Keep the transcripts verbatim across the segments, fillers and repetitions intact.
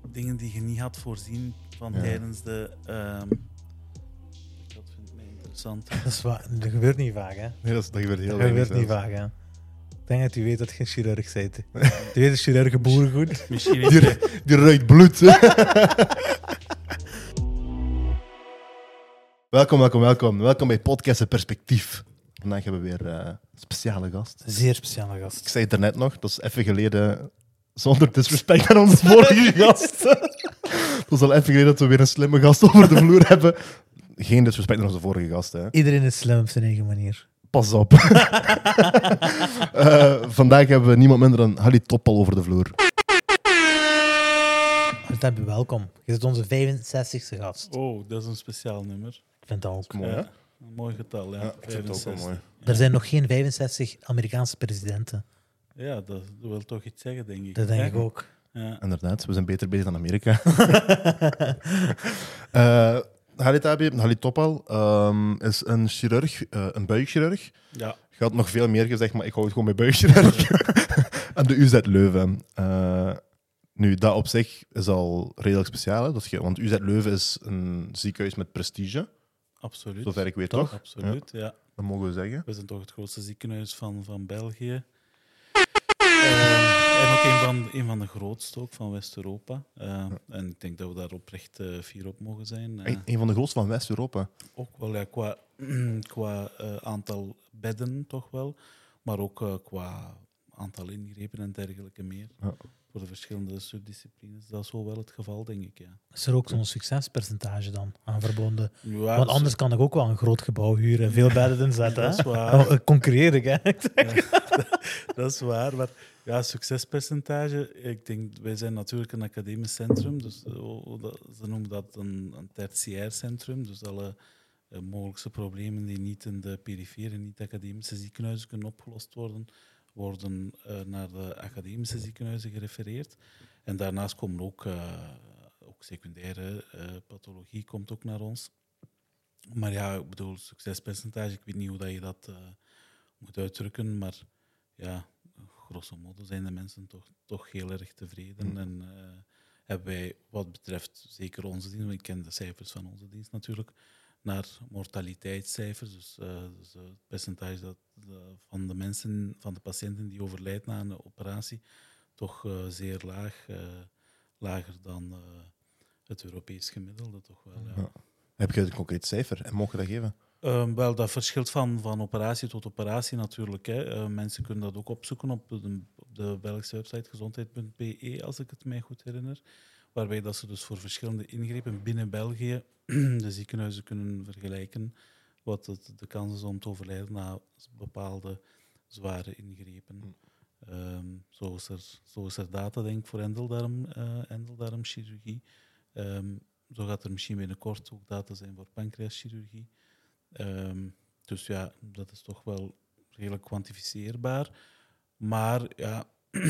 dingen die je niet had voorzien van Ja. tijdens de... Um, dat vind ik mij interessant. Dat, is wa- dat gebeurt niet vaak, hè? Nee, dat, is, dat gebeurt heel Dat weinig gebeurt niet zelfs. vaak, hè? Ik denk dat u weet dat je geen chirurg bent. hè. U weet dat chirurgen boerengoed. Misschien Die, die ruikt bloed. hè. welkom, welkom, welkom. Welkom bij Podcast Perspectief. Vandaag hebben we weer uh, een speciale gast. Een zeer speciale Ik gast. zei het er net nog, dat is even geleden, zonder disrespect aan onze vorige gast. Het was al even geleden dat we weer een slimme gast over de vloer hebben. Geen disrespect naar onze vorige gast, hè. Iedereen is slim op zijn eigen manier. Pas op. uh, vandaag hebben we niemand minder dan Halli Topal over de vloer. Dat je welkom. Je bent onze vijfenzestigste gast. Oh, dat is een speciaal nummer. Ik vind dat ook. Mooi, hè? Ja, een mooi getal, ja. Ja, ik vind het ook wel mooi. Er zijn nog geen vijfenzestig Amerikaanse presidenten. Ja, dat, dat wil toch iets zeggen, denk ik. Dat denk Hè? ik ook. Ja. Inderdaad, we zijn beter bezig dan Amerika. uh, Halli Tabi, Halli Topal, um, is een chirurg, uh, een buikchirurg. Ja. Je had nog veel meer gezegd, maar ik hou het gewoon bij buikchirurg. Aan de U Z Leuven. Uh, nu, dat op zich is al redelijk speciaal, hè? Dat je, want U Z Leuven is een ziekenhuis met prestige, Absoluut. zover ik weet, toch? Absoluut, ja. ja. Dat mogen we zeggen. We zijn toch het grootste ziekenhuis van, van België. Uh, en ook een van, een van de grootste ook van West-Europa. Uh, ja. En ik denk dat we daar oprecht uh, fier op mogen zijn. Uh, Een, een van de grootste van West-Europa. Ook wel ja, qua, qua uh, aantal bedden toch wel, maar ook uh, qua aantal ingrepen en dergelijke meer. Ja. Voor de verschillende subdisciplines. Dat is wel wel het geval, denk ik. Ja. Is er ook zo'n succespercentage dan aan verbonden? Ja, Want anders kan ik ook wel een groot gebouw huren en veel bedden inzetten. Dat is hè? waar. Oh, concurreer ik, hè? Ja, dat is waar, maar ja, succespercentage. Ik denk, wij zijn natuurlijk een academisch centrum, dus uh, ze noemen dat een, een tertiair centrum. Dus alle uh, mogelijke problemen die niet in de perifere, niet academische ziekenhuizen kunnen opgelost worden, worden uh, naar de academische ziekenhuizen gerefereerd. En daarnaast komen ook, uh, ook secundaire uh, pathologie komt ook naar ons. Maar ja, ik bedoel, succespercentage, ik weet niet hoe dat je dat uh, moet uitdrukken, maar ja, grosso modo zijn de mensen toch, toch heel erg tevreden. Mm. En uh, hebben wij, wat betreft zeker onze dienst, want ik ken de cijfers van onze dienst natuurlijk, naar mortaliteitscijfers, dus, uh, dus uh, het percentage dat, uh, van de mensen, van de patiënten die overlijden na een operatie, toch uh, zeer laag, uh, lager dan uh, het Europees gemiddelde, toch wel. Ja. Ja. Heb je een concreet cijfer en mogen je dat geven? Um, wel, dat verschilt van, van operatie tot operatie natuurlijk. Hè. Uh, mensen kunnen dat ook opzoeken op de, op de Belgische website gezondheid punt b e, als ik het mij goed herinner. Waarbij dat ze dus voor verschillende ingrepen binnen België de ziekenhuizen kunnen vergelijken wat het, de kans is om te overlijden na bepaalde zware ingrepen. Um, zo, is er, zo is er data, denk ik, voor endeldarm, uh, endeldarmchirurgie. Um, zo gaat er misschien binnenkort ook data zijn voor pancreaschirurgie. Um, dus ja, dat is toch wel redelijk kwantificeerbaar. Maar ja,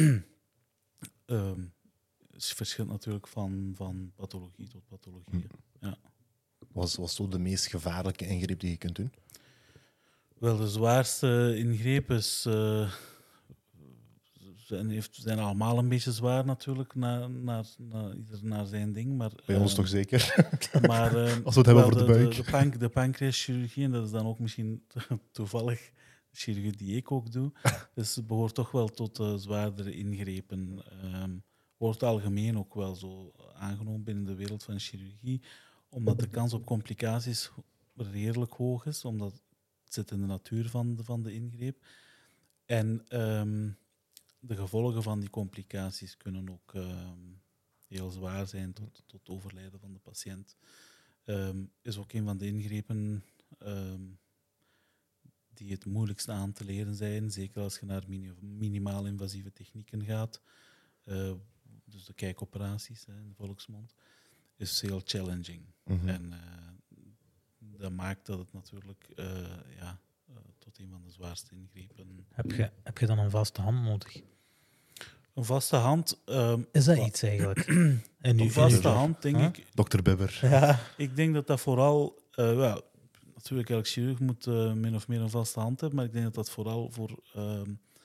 um, het verschilt natuurlijk van, van pathologie tot pathologie. Ja. Wat was zo de meest gevaarlijke ingreep die je kunt doen? Wel, de zwaarste ingreep is... Uh, zijn, heeft, zijn allemaal een beetje zwaar natuurlijk, naar, naar, naar, ieder naar zijn ding. Maar, Bij ons uh, toch zeker? Maar, uh, als we het hebben over de, de buik. De, de, pank, de pancreaschirurgie, en dat is dan ook misschien toevallig de chirurgie die ik ook doe, dus het behoort toch wel tot uh, zwaardere ingrepen. Um, wordt algemeen ook wel zo aangenomen binnen de wereld van chirurgie, omdat de kans op complicaties redelijk hoog is, omdat het zit in de natuur van de, van de ingreep. En um, de gevolgen van die complicaties kunnen ook um, heel zwaar zijn tot, tot overlijden van de patiënt. Um, is ook een van de ingrepen um, die het moeilijkst aan te leren zijn, zeker als je naar mini- minimaal invasieve technieken gaat. Uh, dus de kijkoperaties hè, in de volksmond, is heel challenging. Mm-hmm. En uh, dat maakt dat het natuurlijk uh, ja, uh, tot een van de zwaarste ingrepen... Heb je, heb je dan een vaste hand nodig? Een vaste hand... Um, is dat iets eigenlijk? In een uw, vaste in hand, denk huh? ik... dokter Bibber. Ja. Ik denk dat dat vooral... Uh, well, natuurlijk, elk chirurg moet uh, min of meer een vaste hand hebben, maar ik denk dat dat vooral voor uh,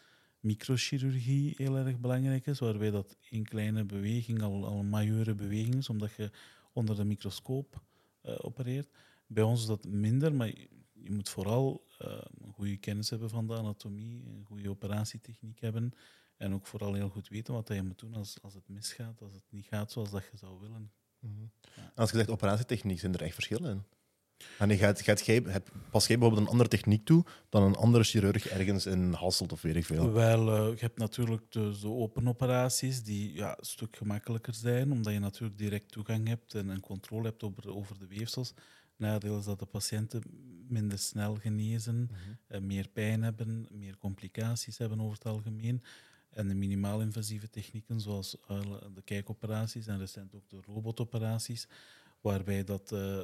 microchirurgie heel erg belangrijk is, waarbij dat een kleine beweging al, al een majeure beweging is, omdat je onder de microscoop uh, opereert. Bij ons is dat minder, maar je, je moet vooral uh, een goede kennis hebben van de anatomie, een goede operatietechniek hebben en ook vooral heel goed weten wat je moet doen als, als het misgaat, als het niet gaat zoals dat je zou willen. Mm-hmm. Ja. Als je zegt operatietechniek, zijn er echt verschillen in? En je gaat, gaat jij, het, pas jij bijvoorbeeld een andere techniek toe dan een andere chirurg ergens in Hasselt of weet ik veel? Wel, uh, je hebt natuurlijk de, de open operaties die ja, een stuk gemakkelijker zijn, omdat je natuurlijk direct toegang hebt en, en controle hebt over, over de weefsels. Nadeel is dat de patiënten minder snel genezen, mm-hmm. uh, meer pijn hebben, meer complicaties hebben over het algemeen. En de minimaal-invasieve technieken, zoals uh, de kijkoperaties en recent ook de robotoperaties, waarbij dat... Uh,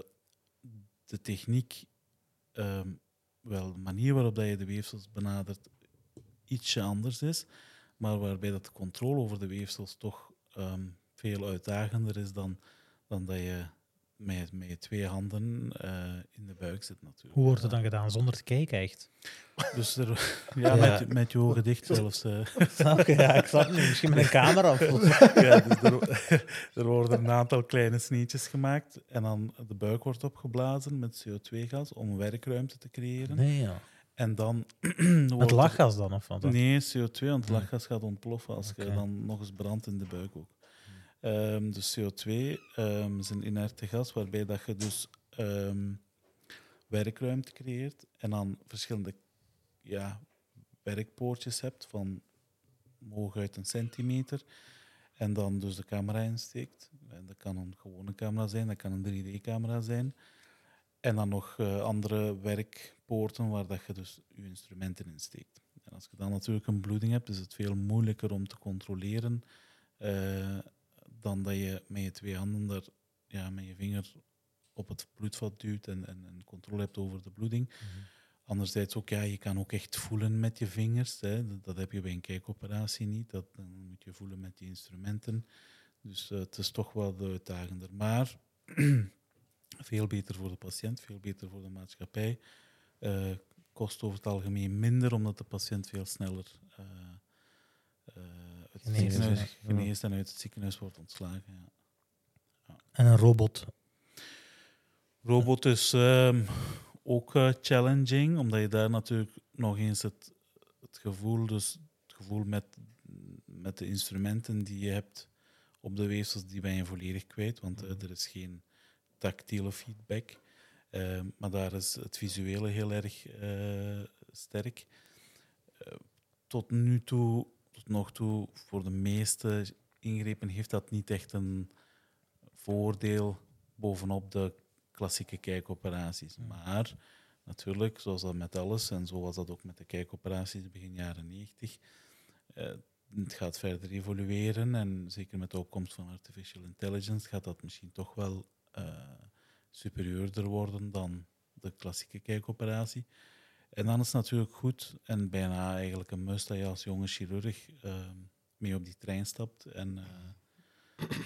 de techniek, um, wel de manier waarop dat je de weefsels benadert, ietsje anders is, maar waarbij dat de controle over de weefsels toch um, veel uitdagender is dan, dan dat je met, met je twee handen uh, in de buik zit natuurlijk. Hoe wordt het dan gedaan zonder te kijken, echt? Dus er, ja, ja. Met, met je ogen dicht zelfs. Uh. Okay, ja, ik snap het niet. Misschien met een camera. Ja, dus er, er worden een aantal kleine sneetjes gemaakt en dan de buik wordt opgeblazen met C O twee gas om werkruimte te creëren. Nee, ja. En dan... Met lachgas dan? Of wat? Nee, C O twee, want het lachgas gaat ontploffen als okay. je dan nog eens brandt in de buik ook. Um, dus C O twee um, is een inerte gas waarbij dat je dus um, werkruimte creëert en dan verschillende ja, werkpoortjes hebt van hooguit een centimeter en dan dus de camera insteekt. En dat kan een gewone camera zijn, dat kan een drie D-camera zijn. En dan nog uh, andere werkpoorten waar dat je dus je instrumenten insteekt. En als je dan natuurlijk een bloeding hebt, is het veel moeilijker om te controleren uh, dan dat je met je twee handen daar, ja, met je vinger op het bloedvat duwt en, en, en controle hebt over de bloeding. Mm-hmm. Anderzijds ook, ja, je kan ook echt voelen met je vingers. Hè. Dat, dat heb je bij een kijkoperatie niet. Dat, dan moet je voelen met die instrumenten. Dus uh, het is toch wel uitdagender. Maar veel beter voor de patiënt, veel beter voor de maatschappij. Uh, kost over het algemeen minder, omdat de patiënt veel sneller uh, uh, uit het ziekenhuis geneest en uit het ziekenhuis wordt ontslagen. Ja. Ja. En een robot? Robot is um, ook uh, challenging, omdat je daar natuurlijk nog eens het, het gevoel, dus het gevoel met, met de instrumenten die je hebt op de weefsels, die ben je volledig kwijt, want uh, er is geen tactiele feedback. Uh, maar daar is het visuele heel erg uh, sterk. Uh, tot nu toe, tot nog toe, voor de meeste ingrepen heeft dat niet echt een voordeel bovenop de klassieke kijkoperaties. Mm. Maar natuurlijk, zoals dat met alles, en zoals dat ook met de kijkoperaties begin jaren negentig, uh, het gaat verder evolueren en zeker met de opkomst van artificial intelligence gaat dat misschien toch wel uh, superieurder worden dan de klassieke kijkoperatie. En dan is het natuurlijk goed en bijna eigenlijk een must dat je als jonge chirurg uh, mee op die trein stapt en uh, uh,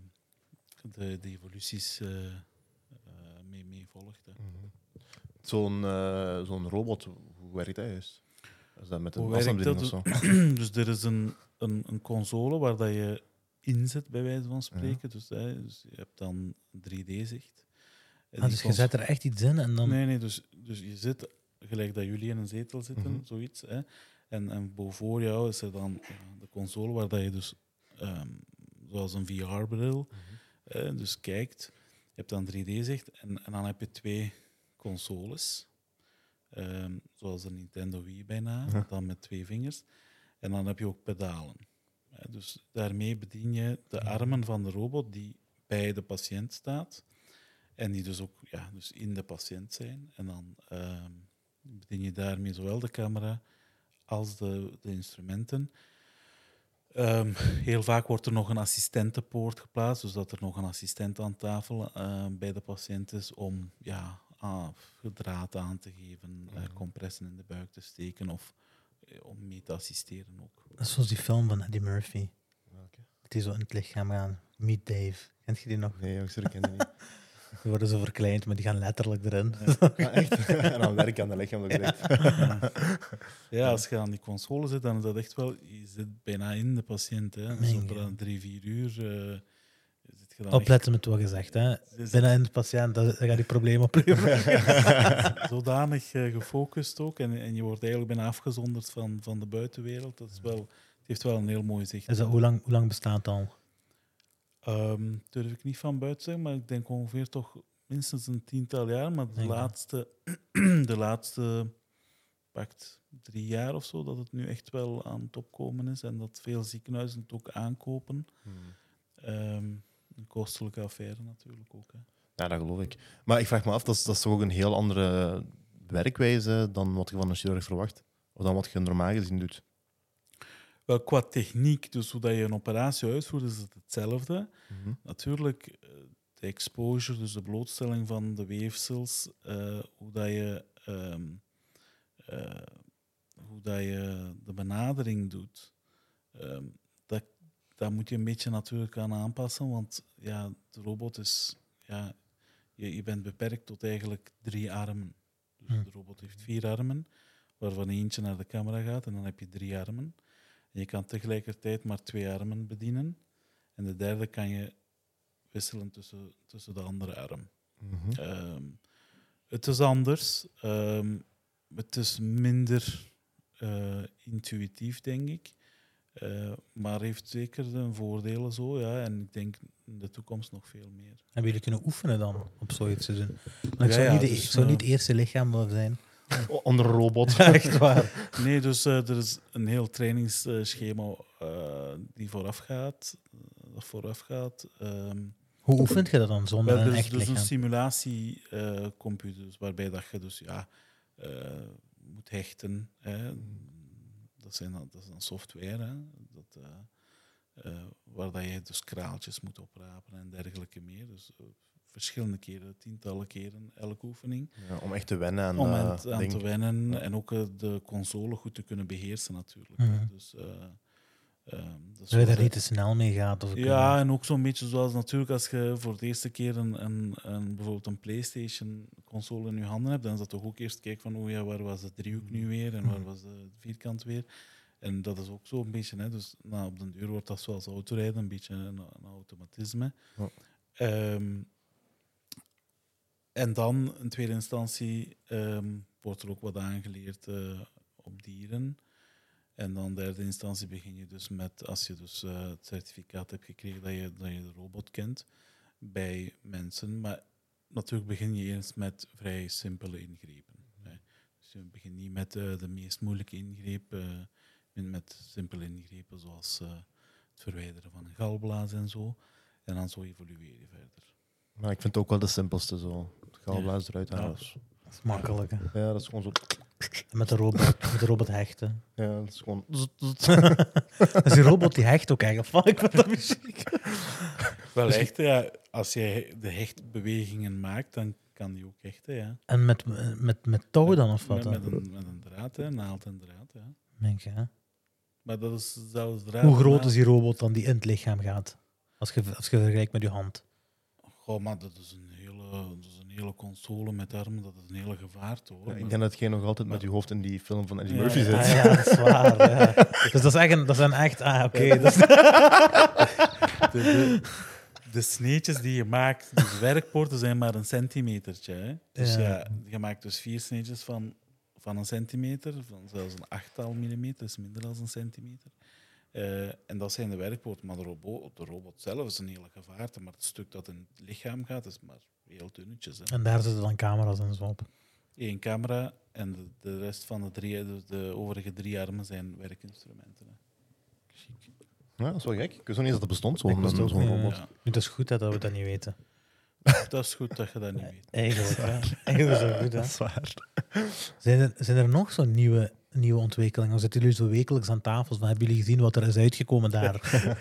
de, de evoluties uh, uh, mee, mee volgt. Mm-hmm. Zo'n, uh, zo'n robot, hoe werkt dat juist? Is dat met een hoe afstandsbediening of zo? Dus er is een, een, een console waar dat je inzet, bij wijze van spreken. Ja. Dus, hè, dus je hebt dan drie D-zicht. Ah, dus je zet er echt iets in en dan... Nee, nee, dus, dus je zit, gelijk dat jullie in een zetel zitten, mm-hmm. zoiets. Hè, en, en boven jou is er dan ja, de console waar dat je dus, um, zoals een V R-bril, mm-hmm. uh, dus kijkt. Je hebt dan drie D-zicht en, en dan heb je twee consoles. Um, zoals een Nintendo Wii bijna, ja. Dan met twee vingers. En dan heb je ook pedalen. Uh, dus daarmee bedien je de armen van de robot die bij de patiënt staat. En die dus ook ja, dus in de patiënt zijn. En dan um, bedien je daarmee zowel de camera als de, de instrumenten. Um, heel vaak wordt er nog een assistentenpoort geplaatst, dus dat er nog een assistent aan tafel uh, bij de patiënt is om ja, ah, draad aan te geven, uh, compressen in de buik te steken of uh, om mee te assisteren ook. Dat is zoals die film van Eddie Murphy. Okay. Die zo in het lichaam gaan. Meet Dave. Kent je die nog? Nee, ik ken die niet. Die worden zo verkleind, maar die gaan letterlijk erin. Ah, echt? En dan werk aan de lichaam. Dat ik denk. Ja, als je aan die console zit, dan is dat echt wel... Je zit bijna in de patiënt. Hè. Dus Meen op je? een drie, vier uur uh, zit je dan Opletten met wat gezegd. Hè. echt... Binnen in de patiënt, dat, dat gaat die probleem opleveren. Zodanig uh, gefocust ook. En, en je wordt eigenlijk bijna afgezonderd van, van de buitenwereld. Dat is wel, het heeft wel een heel mooi zicht. Is dat, hoe, lang, hoe lang bestaat het al? Um, durf ik niet van buiten zeggen, maar ik denk ongeveer toch minstens een tiental jaar. Maar de Denk je? laatste, de laatste pakt drie jaar of zo, dat het nu echt wel aan het opkomen is. En dat veel ziekenhuizen het ook aankopen. Hmm. Um, een kostelijke affaire natuurlijk ook. Hè. Ja, dat geloof ik. Maar ik vraag me af, dat is, dat is toch ook een heel andere werkwijze dan wat je van een chirurg verwacht? Of dan wat je normaal gezien doet? Wel, qua techniek, dus hoe dat je een operatie uitvoert, is het hetzelfde. Mm-hmm. Natuurlijk, uh, de exposure, dus de blootstelling van de weefsels, uh, hoe dat je... Um, uh, hoe dat je de benadering doet, um, dat, dat moet je een beetje natuurlijk aan aanpassen, want ja, de robot is... Ja, je, je bent beperkt tot eigenlijk drie armen. Dus Hm. de robot heeft vier armen, waarvan eentje naar de camera gaat en dan heb je drie armen. En je kan tegelijkertijd maar twee armen bedienen. En de derde kan je wisselen tussen, tussen de andere arm. Mm-hmm. Um, het is anders. Um, het is minder uh, intuïtief, denk ik. Uh, maar heeft zeker zijn voordelen zo. Ja, en ik denk in de toekomst nog veel meer. Hebben jullie kunnen oefenen dan op zoiets te doen? Maar ik Ja, zou, ja, niet, de, dus, ik zou uh, niet het eerste lichaam willen zijn. Onder een robot. Echt waar. Nee, dus uh, er is een heel trainingsschema uh, die vooraf gaat. Uh, dat vooraf gaat. Um, Hoe oefent je dat dan zonder wel, een dus, echt dus lichaam? een simulatiecomputer, uh, dus waarbij dat je dus ja, uh, moet hechten. Hè. Dat, zijn, dat is een software, hè. Dat, uh, uh, waar dat je dus kraaltjes moet oprapen en dergelijke meer. Dus uh, verschillende keren, tientallen keren elke oefening. Ja, om echt te wennen aan, om uh, aan ding. te wennen Ja. en ook uh, de console goed te kunnen beheersen natuurlijk. Mhm. Dus, uh, um, dat Dat je daar niet te snel mee gaat? Of ja, en ook zo'n beetje zoals natuurlijk als je voor de eerste keer een, een, een, bijvoorbeeld een PlayStation-console in je handen hebt, dan is dat toch ook eerst kijken van, oh ja, waar was de driehoek nu weer en waar was de vierkant weer. En dat is ook zo een beetje, hè, dus nou, op den duur wordt dat zoals autorijden, een beetje een, een automatisme. Ja. Um, en dan, in tweede instantie, um, wordt er ook wat aangeleerd uh, op dieren. En dan in derde instantie begin je dus met, als je dus uh, het certificaat hebt gekregen dat je, dat je de robot kent, bij mensen. Maar natuurlijk begin je eerst met vrij simpele ingrepen. Hè. Dus je begint niet met uh, de meest moeilijke ingrepen, uh, met simpele ingrepen zoals uh, het verwijderen van een galblaas en zo. En dan zo evolueer je verder. Maar ik vind het ook wel de simpelste zo. Het galblaas eruit halen. Ja. Ja. Dat is makkelijk. Hè? ja, dat is gewoon zo. En met de robot, met de robot hechten. Ja, dat is gewoon. Dat is die robot die hecht ook eigenlijk. Ik vind dat muziek. Wel echt, ja. Als je de hechtbewegingen maakt, dan kan die ook hechten, ja. En met, met, met touw dan of wat? Met, Dan? met, een, met een draad, hè. Naald en draad, ja. Denk je, hè? Maar dat is zelfs draad. Hoe groot naald. is die robot dan die in het lichaam gaat? Als je, als je vergelijkt met je hand. Goh, maar dat is een hele, dat is een hele console met armen, dat is een hele gevaart, hoor. Ja, ik Maar- denk dat jij nog altijd met je hoofd in die film van Eddie Ja, Murphy ja. zit. Ah, ja, dat is waar. Ja. Dus dat, is echt een, dat zijn echt... Ah, oké. Okay, dat is- de, de, de sneetjes die je maakt, dus werkpoorten zijn maar een centimetertje. Hè. Dus Ja. ja. je maakt dus vier sneetjes van, van een centimeter, van zelfs een achttal millimeter, dat is minder dan een centimeter. Uh, en dat zijn de werkpoorten. Maar de robot, de robot zelf is een hele gevaarte, maar het stuk dat in het lichaam gaat, is maar heel dunnetjes. Hè. En daar zitten dan camera's en zo op. Eén camera en de, de rest van de drie, dus de overige drie armen zijn werkinstrumenten. Hè. Chic. Ja, dat is wel gek. Ik wist nog niet dat het bestond, Ik zo'n wist ook zo'n niet, robot. ja. Ja. Nu, dat is goed hè, dat we dat niet weten. Dat is goed dat je dat niet weet. Eigenlijk, hè. Eigenlijk is dat goed, hè. Dat is waar. Zijn er, zijn er nog zo'n nieuwe, nieuwe ontwikkelingen? Of zitten jullie zo wekelijks aan tafels? Van, hebben jullie gezien wat er is uitgekomen daar?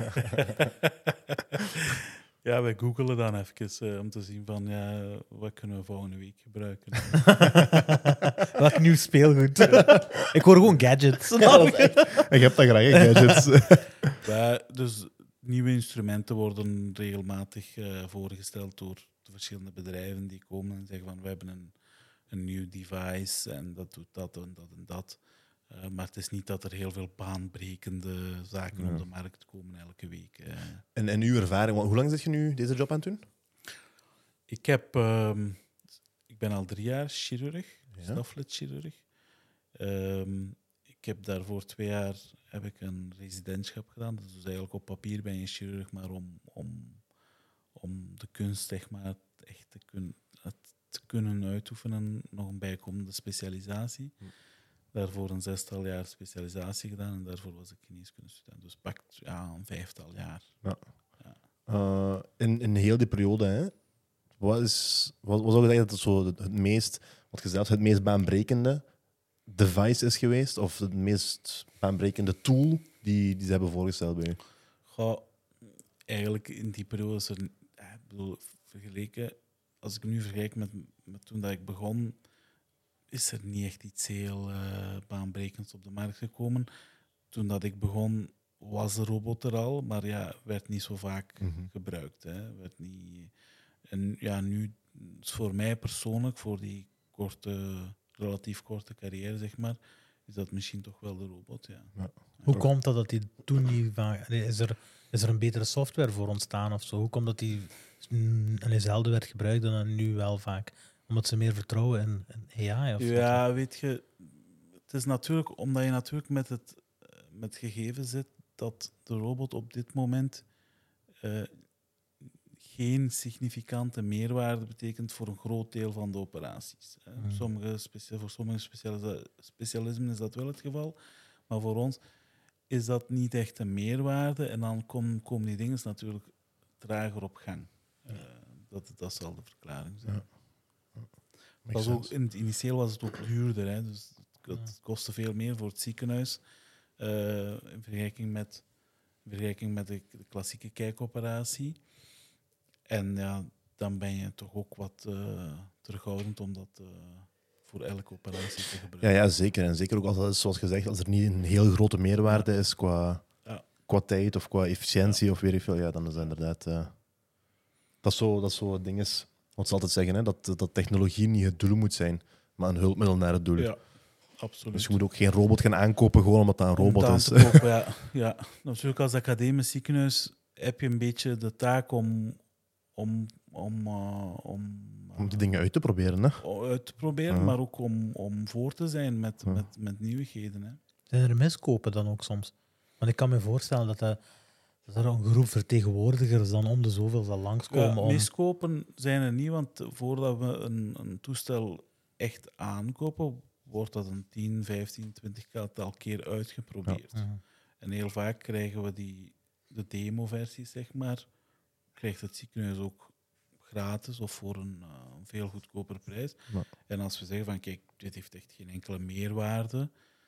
Ja, wij googelen dan even uh, om te zien van ja, wat kunnen we volgende week gebruiken. Wat nieuw speelgoed. Ik hoor gewoon gadgets. Ja, dat is echt- Ik heb dat graag, hè, gadgets. Maar, dus nieuwe instrumenten worden regelmatig uh, voorgesteld door de verschillende bedrijven die komen en zeggen van we hebben een, een nieuw device en dat doet dat en dat en dat. Uh, maar het is niet dat er heel veel baanbrekende zaken ja. op de markt komen elke week. Uh. En, en uw ervaring, hoe lang zit je nu deze job aan het doen? Ik, heb, um, ik ben al drie jaar chirurg, ja. staflidchirurg. Um, ik heb daarvoor twee jaar heb ik een residentschap gedaan. Dus eigenlijk op papier ben je chirurg, maar om, om, om de kunst zeg maar, echt te, kun, te kunnen uitoefenen, nog een bijkomende specialisatie. Hm. Daarvoor een zestal jaar specialisatie gedaan en daarvoor was ik geneeskundestudent. Dus pakt ja, een vijftal jaar. Ja. Ja. Uh, in, in heel die periode, hè, wat, is, wat, wat zou je zeggen dat het, zo het, het meest, wat je zelf het meest baanbrekende device is geweest, of het meest baanbrekende tool die, die ze hebben voorgesteld bij u? Goh, eigenlijk in die periode is er, ik bedoel, vergeleken, als ik nu vergelijk met, met toen dat ik begon, is er niet echt iets heel uh, baanbrekends op de markt gekomen. Toen dat ik begon, was de robot er al, maar ja, werd niet zo vaak mm-hmm. gebruikt. Hè. Werd niet... En ja, nu is voor mij persoonlijk, voor die korte, relatief korte carrière, zeg maar, is dat misschien toch wel de robot, ja. ja. Hoe komt dat dat die toen niet... Is er, is er een betere software voor ontstaan of zo? Hoe komt dat die mm, zelden werd gebruikt dan nu wel vaak? Omdat ze meer vertrouwen in, in A I? Of ja, wat? Weet je, het is natuurlijk omdat je natuurlijk met het, met het gegeven zit dat de robot op dit moment uh, geen significante meerwaarde betekent voor een groot deel van de operaties. Hmm. Sommige specia- voor sommige specialisa- specialismen is dat wel het geval, maar voor ons is dat niet echt een meerwaarde en dan kom, komen die dingen natuurlijk trager op gang. Uh, dat, dat zal de verklaring zijn. Ja. Was ook, in het initieel was het ook duurder, hè, dus het, het kostte veel meer voor het ziekenhuis uh, in vergelijking met, in vergelijking met de, de klassieke kijkoperatie. En ja, dan ben je toch ook wat uh, terughoudend om dat uh, voor elke operatie te gebruiken. Ja, ja, zeker. En zeker ook als, als, zoals gezegd, als er niet een heel grote meerwaarde ja. is qua, ja. qua tijd of qua efficiëntie ja. of weet ik veel, ja, dan is dat inderdaad... Uh, dat is zo, dat is zo het ding is... Wat ze altijd zeggen, hè, dat, dat technologie niet het doel moet zijn, maar een hulpmiddel naar het doel. Ja, absoluut. Dus je moet ook geen robot gaan aankopen gewoon omdat dat een robot om is. Te kopen, ja. ja. Natuurlijk, als academisch ziekenhuis heb je een beetje de taak om... om, om, uh, om, uh, om die dingen uit te proberen. Hè? Uit te proberen, uh-huh. maar ook om, om voor te zijn met, uh-huh. met, met nieuwigheden. Hè. Zijn er miskopen dan ook soms? Want ik kan me voorstellen dat... dat Dat er een groep vertegenwoordigers dan om de zoveel zal langskomen. Ja, om... miskopen zijn er niet, want voordat we een, een toestel echt aankopen, wordt dat een tien, vijftien, twintig-tal keer uitgeprobeerd. Ja. Uh-huh. En heel vaak krijgen we die, de demo-versies, zeg maar, krijgt het ziekenhuis ook gratis of voor een uh, veel goedkoper prijs. Ja. En als we zeggen van, kijk, dit heeft echt geen enkele meerwaarde,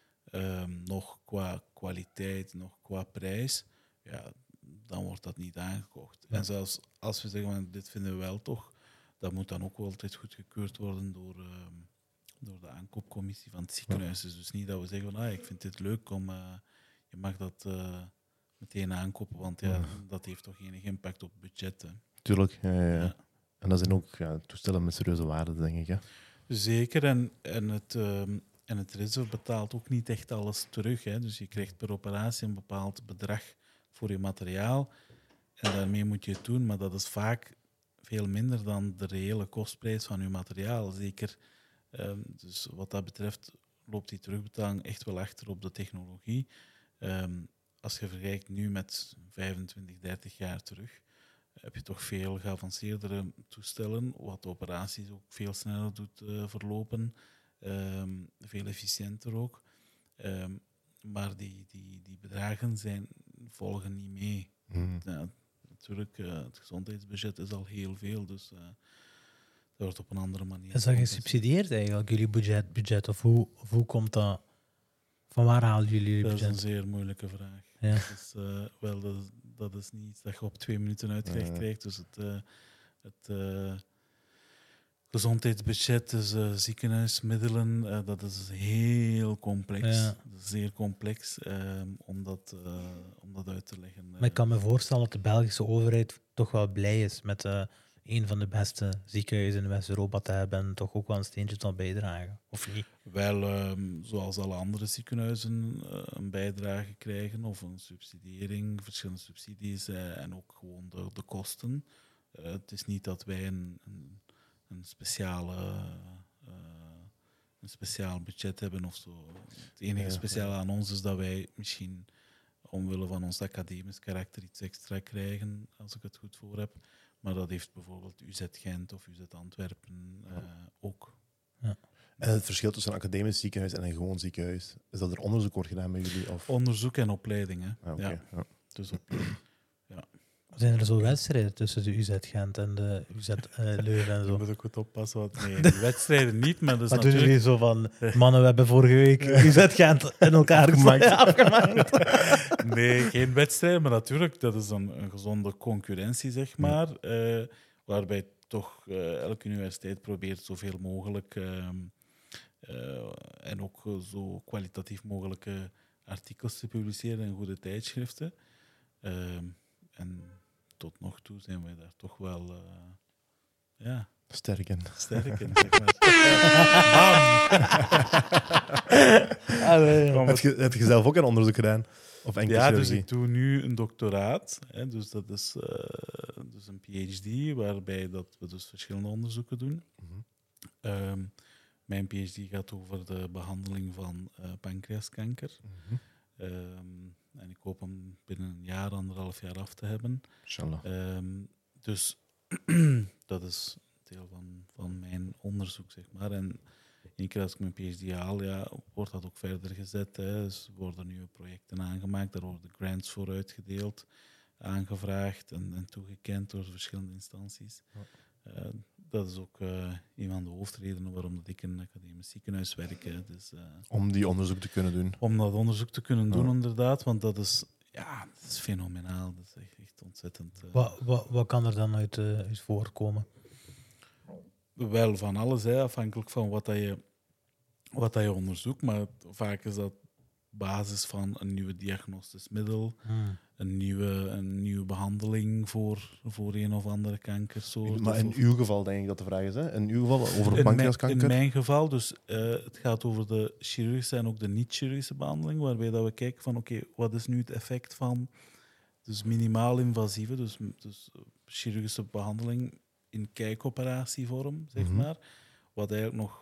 um, nog qua kwaliteit, nog qua prijs, ja, dan wordt dat niet aangekocht. Ja. En zelfs als we zeggen, van, dit vinden we wel toch, dat moet dan ook wel altijd goedgekeurd worden door, uh, door de aankoopcommissie van het ziekenhuis. Ja. Dus niet dat we zeggen, van, ah, ik vind dit leuk, om, uh, je mag dat uh, meteen aankopen, want ja, ja. dat heeft toch enig impact op budget. Hè. Tuurlijk, ja, ja, ja. Ja. En dat zijn ook ja, toestellen met serieuze waarden, denk ik. Hè? Zeker, en, en het... Uh, En het R I S V betaalt ook niet echt alles terug. Hè. Dus je krijgt per operatie een bepaald bedrag voor je materiaal. En daarmee moet je het doen, maar dat is vaak veel minder dan de reële kostprijs van je materiaal. Zeker, um, dus wat dat betreft loopt die terugbetaling echt wel achter op de technologie. Um, als je vergelijkt nu met vijfentwintig, dertig jaar terug, heb je toch veel geavanceerdere toestellen, wat de operaties ook veel sneller doet uh, verlopen. Um, veel efficiënter ook. Um, maar die, die, die bedragen zijn, volgen niet mee. Mm. Ja, natuurlijk, uh, het gezondheidsbudget is al heel veel, dus uh, dat wordt op een andere manier. Is dat gesubsidieerd eigenlijk, jullie budget? budget of, hoe, of hoe komt dat? Van waar halen jullie jullie budget? Dat is een zeer moeilijke vraag. Ja. Dat, is, uh, wel, dat, is, dat is niet iets dat je op twee minuten uitgelegd ja. krijgt. Dus het... Uh, het uh, gezondheidsbudget, dus uh, ziekenhuismiddelen, uh, dat is heel complex. Ja. Dat is zeer complex uh, om, dat, uh, om dat uit te leggen. Maar ik kan me voorstellen dat de Belgische overheid toch wel blij is met uh, een van de beste ziekenhuizen in West-Europa te hebben en toch ook wel een steentje zal bijdragen, of niet? Wel, um, zoals alle andere ziekenhuizen uh, een bijdrage krijgen of een subsidiëring, verschillende subsidies uh, en ook gewoon de, de kosten. Uh, het is niet dat wij een, een, een, speciale, uh, een speciaal budget hebben of zo. Het enige ja, speciale ja. aan ons is dat wij misschien omwille van ons academisch karakter iets extra krijgen, als ik het goed voor heb. Maar dat heeft bijvoorbeeld U Z Gent of U Z Antwerpen uh, ja. ook. Ja. En het verschil tussen een academisch ziekenhuis en een gewoon ziekenhuis, is dat er onderzoek wordt gedaan bij jullie? Of? Onderzoek en opleiding, hè. Ah, okay. ja. ja. Dus opleiding. Ja. Zijn er zo wedstrijden tussen de U Z Gent en de U Z uh, Leuven en zo? Je moet ook goed oppassen. Wat, nee, de wedstrijden niet, maar dus maar natuurlijk... doen jullie zo van, mannen, we hebben vorige week U Z Gent in elkaar gemaakt, afgemaakt? Nee, geen wedstrijden, maar natuurlijk, dat is een, een gezonde concurrentie, zeg maar. Uh, waarbij toch uh, elke universiteit probeert zoveel mogelijk uh, uh, en ook uh, zo kwalitatief mogelijke artikels te publiceren in goede tijdschriften. Uh, en tot nog toe zijn wij daar toch wel uh, ja, sterk in. Sterk in, zeg maar. Bam! Allee, heb, je, heb je zelf ook een onderzoek gedaan? Of enkel ja, chirurgie? dus ik doe nu een doctoraat. Hè, dus dat is uh, dus een P H D, waarbij dat we dus verschillende onderzoeken doen. Mm-hmm. Um, mijn P H D gaat over de behandeling van uh, pancreaskanker. Mm-hmm. Um, en ik hoop hem binnen een jaar, anderhalf jaar af te hebben. Inshallah. Um, dus dat is deel van, van mijn onderzoek, zeg maar. En één keer als ik mijn P H D haal, ja, wordt dat ook verder gezet. Hè. Dus er worden nieuwe projecten aangemaakt, daar worden grants voor uitgedeeld, aangevraagd en, en toegekend door verschillende instanties. Ja. Uh, dat is ook uh, een van de hoofdredenen waarom dat ik in een academisch ziekenhuis werk. Hè. Dus, uh, om die onderzoek te kunnen doen. Om dat onderzoek te kunnen doen, ja. inderdaad. Want dat is, ja, dat is fenomenaal. Dat is echt, echt ontzettend. Uh, wat, wat, wat kan er dan uit, uh, uit voorkomen? Wel van alles, hè, afhankelijk van wat, dat je, wat dat je onderzoekt. Maar vaak is dat basis van een nieuwe diagnostisch middel, hmm. een, nieuwe, een nieuwe behandeling voor, voor een of andere kankersoort. Maar in of, uw geval denk ik dat de vraag is, hè? In uw geval over pancreaskanker? In mijn geval, dus uh, het gaat over de chirurgische en ook de niet-chirurgische behandeling, waarbij dat we kijken van oké, okay, wat is nu het effect van dus minimaal invasieve, dus, dus chirurgische behandeling in kijkoperatievorm, zeg mm-hmm. maar, wat eigenlijk nog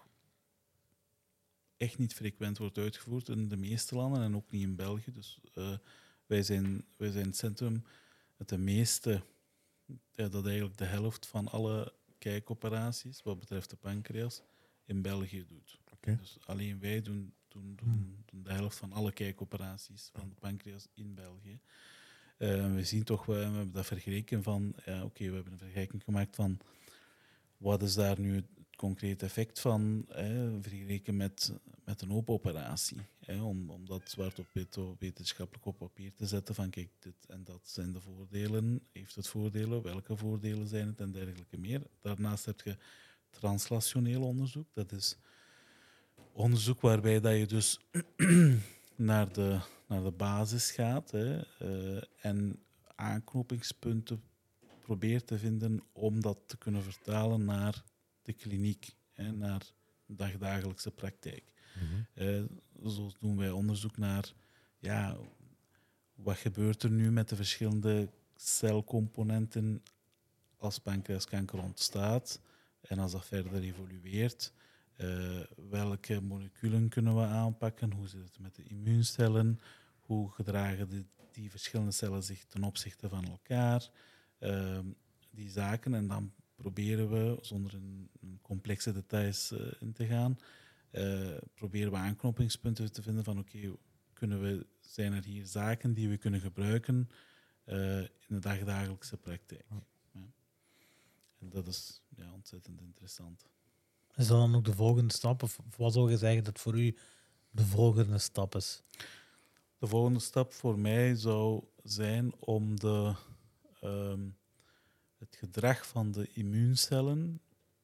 echt niet frequent wordt uitgevoerd in de meeste landen en ook niet in België. Dus uh, wij, zijn, wij zijn het centrum met de meeste, ja, dat eigenlijk de helft van alle kijkoperaties, wat betreft de pancreas, in België doet. Okay. Dus alleen wij doen, doen, doen, doen de helft van alle kijkoperaties van de pancreas in België. Uh, we zien toch, we hebben dat vergeleken van, ja, oké, okay, we hebben een vergelijking gemaakt van wat is daar nu het concrete effect van, hè, vergeleken met, met een open operatie. Hè, om, om dat zwart op wit wetenschappelijk op papier te zetten van kijk, dit en dat zijn de voordelen. Heeft het voordelen? Welke voordelen zijn het? En dergelijke meer. Daarnaast heb je translationeel onderzoek. Dat is onderzoek waarbij dat je dus naar de, naar de basis gaat, hè, uh, en aanknopingspunten probeert te vinden om dat te kunnen vertalen naar de kliniek, hè, naar de dagdagelijkse praktijk. Mm-hmm. Uh, zo doen wij onderzoek naar ja, wat gebeurt er nu met de verschillende celcomponenten als pancreaskanker ontstaat en als dat verder evolueert. Uh, welke moleculen kunnen we aanpakken? Hoe zit het met de immuuncellen? Hoe gedragen die, die verschillende cellen zich ten opzichte van elkaar? Uh, die zaken. En dan proberen we, zonder in, in complexe details uh, in te gaan, uh, proberen we aanknopingspunten te vinden van oké, okay, kunnen we, zijn er hier zaken die we kunnen gebruiken uh, in de dagdagelijkse praktijk. Ja. En dat is ja, ontzettend interessant. Is dat dan ook de volgende stap? Of wat zou je zeggen dat voor u de volgende stap is? De volgende stap voor mij zou zijn om de, um, het gedrag van de immuuncellen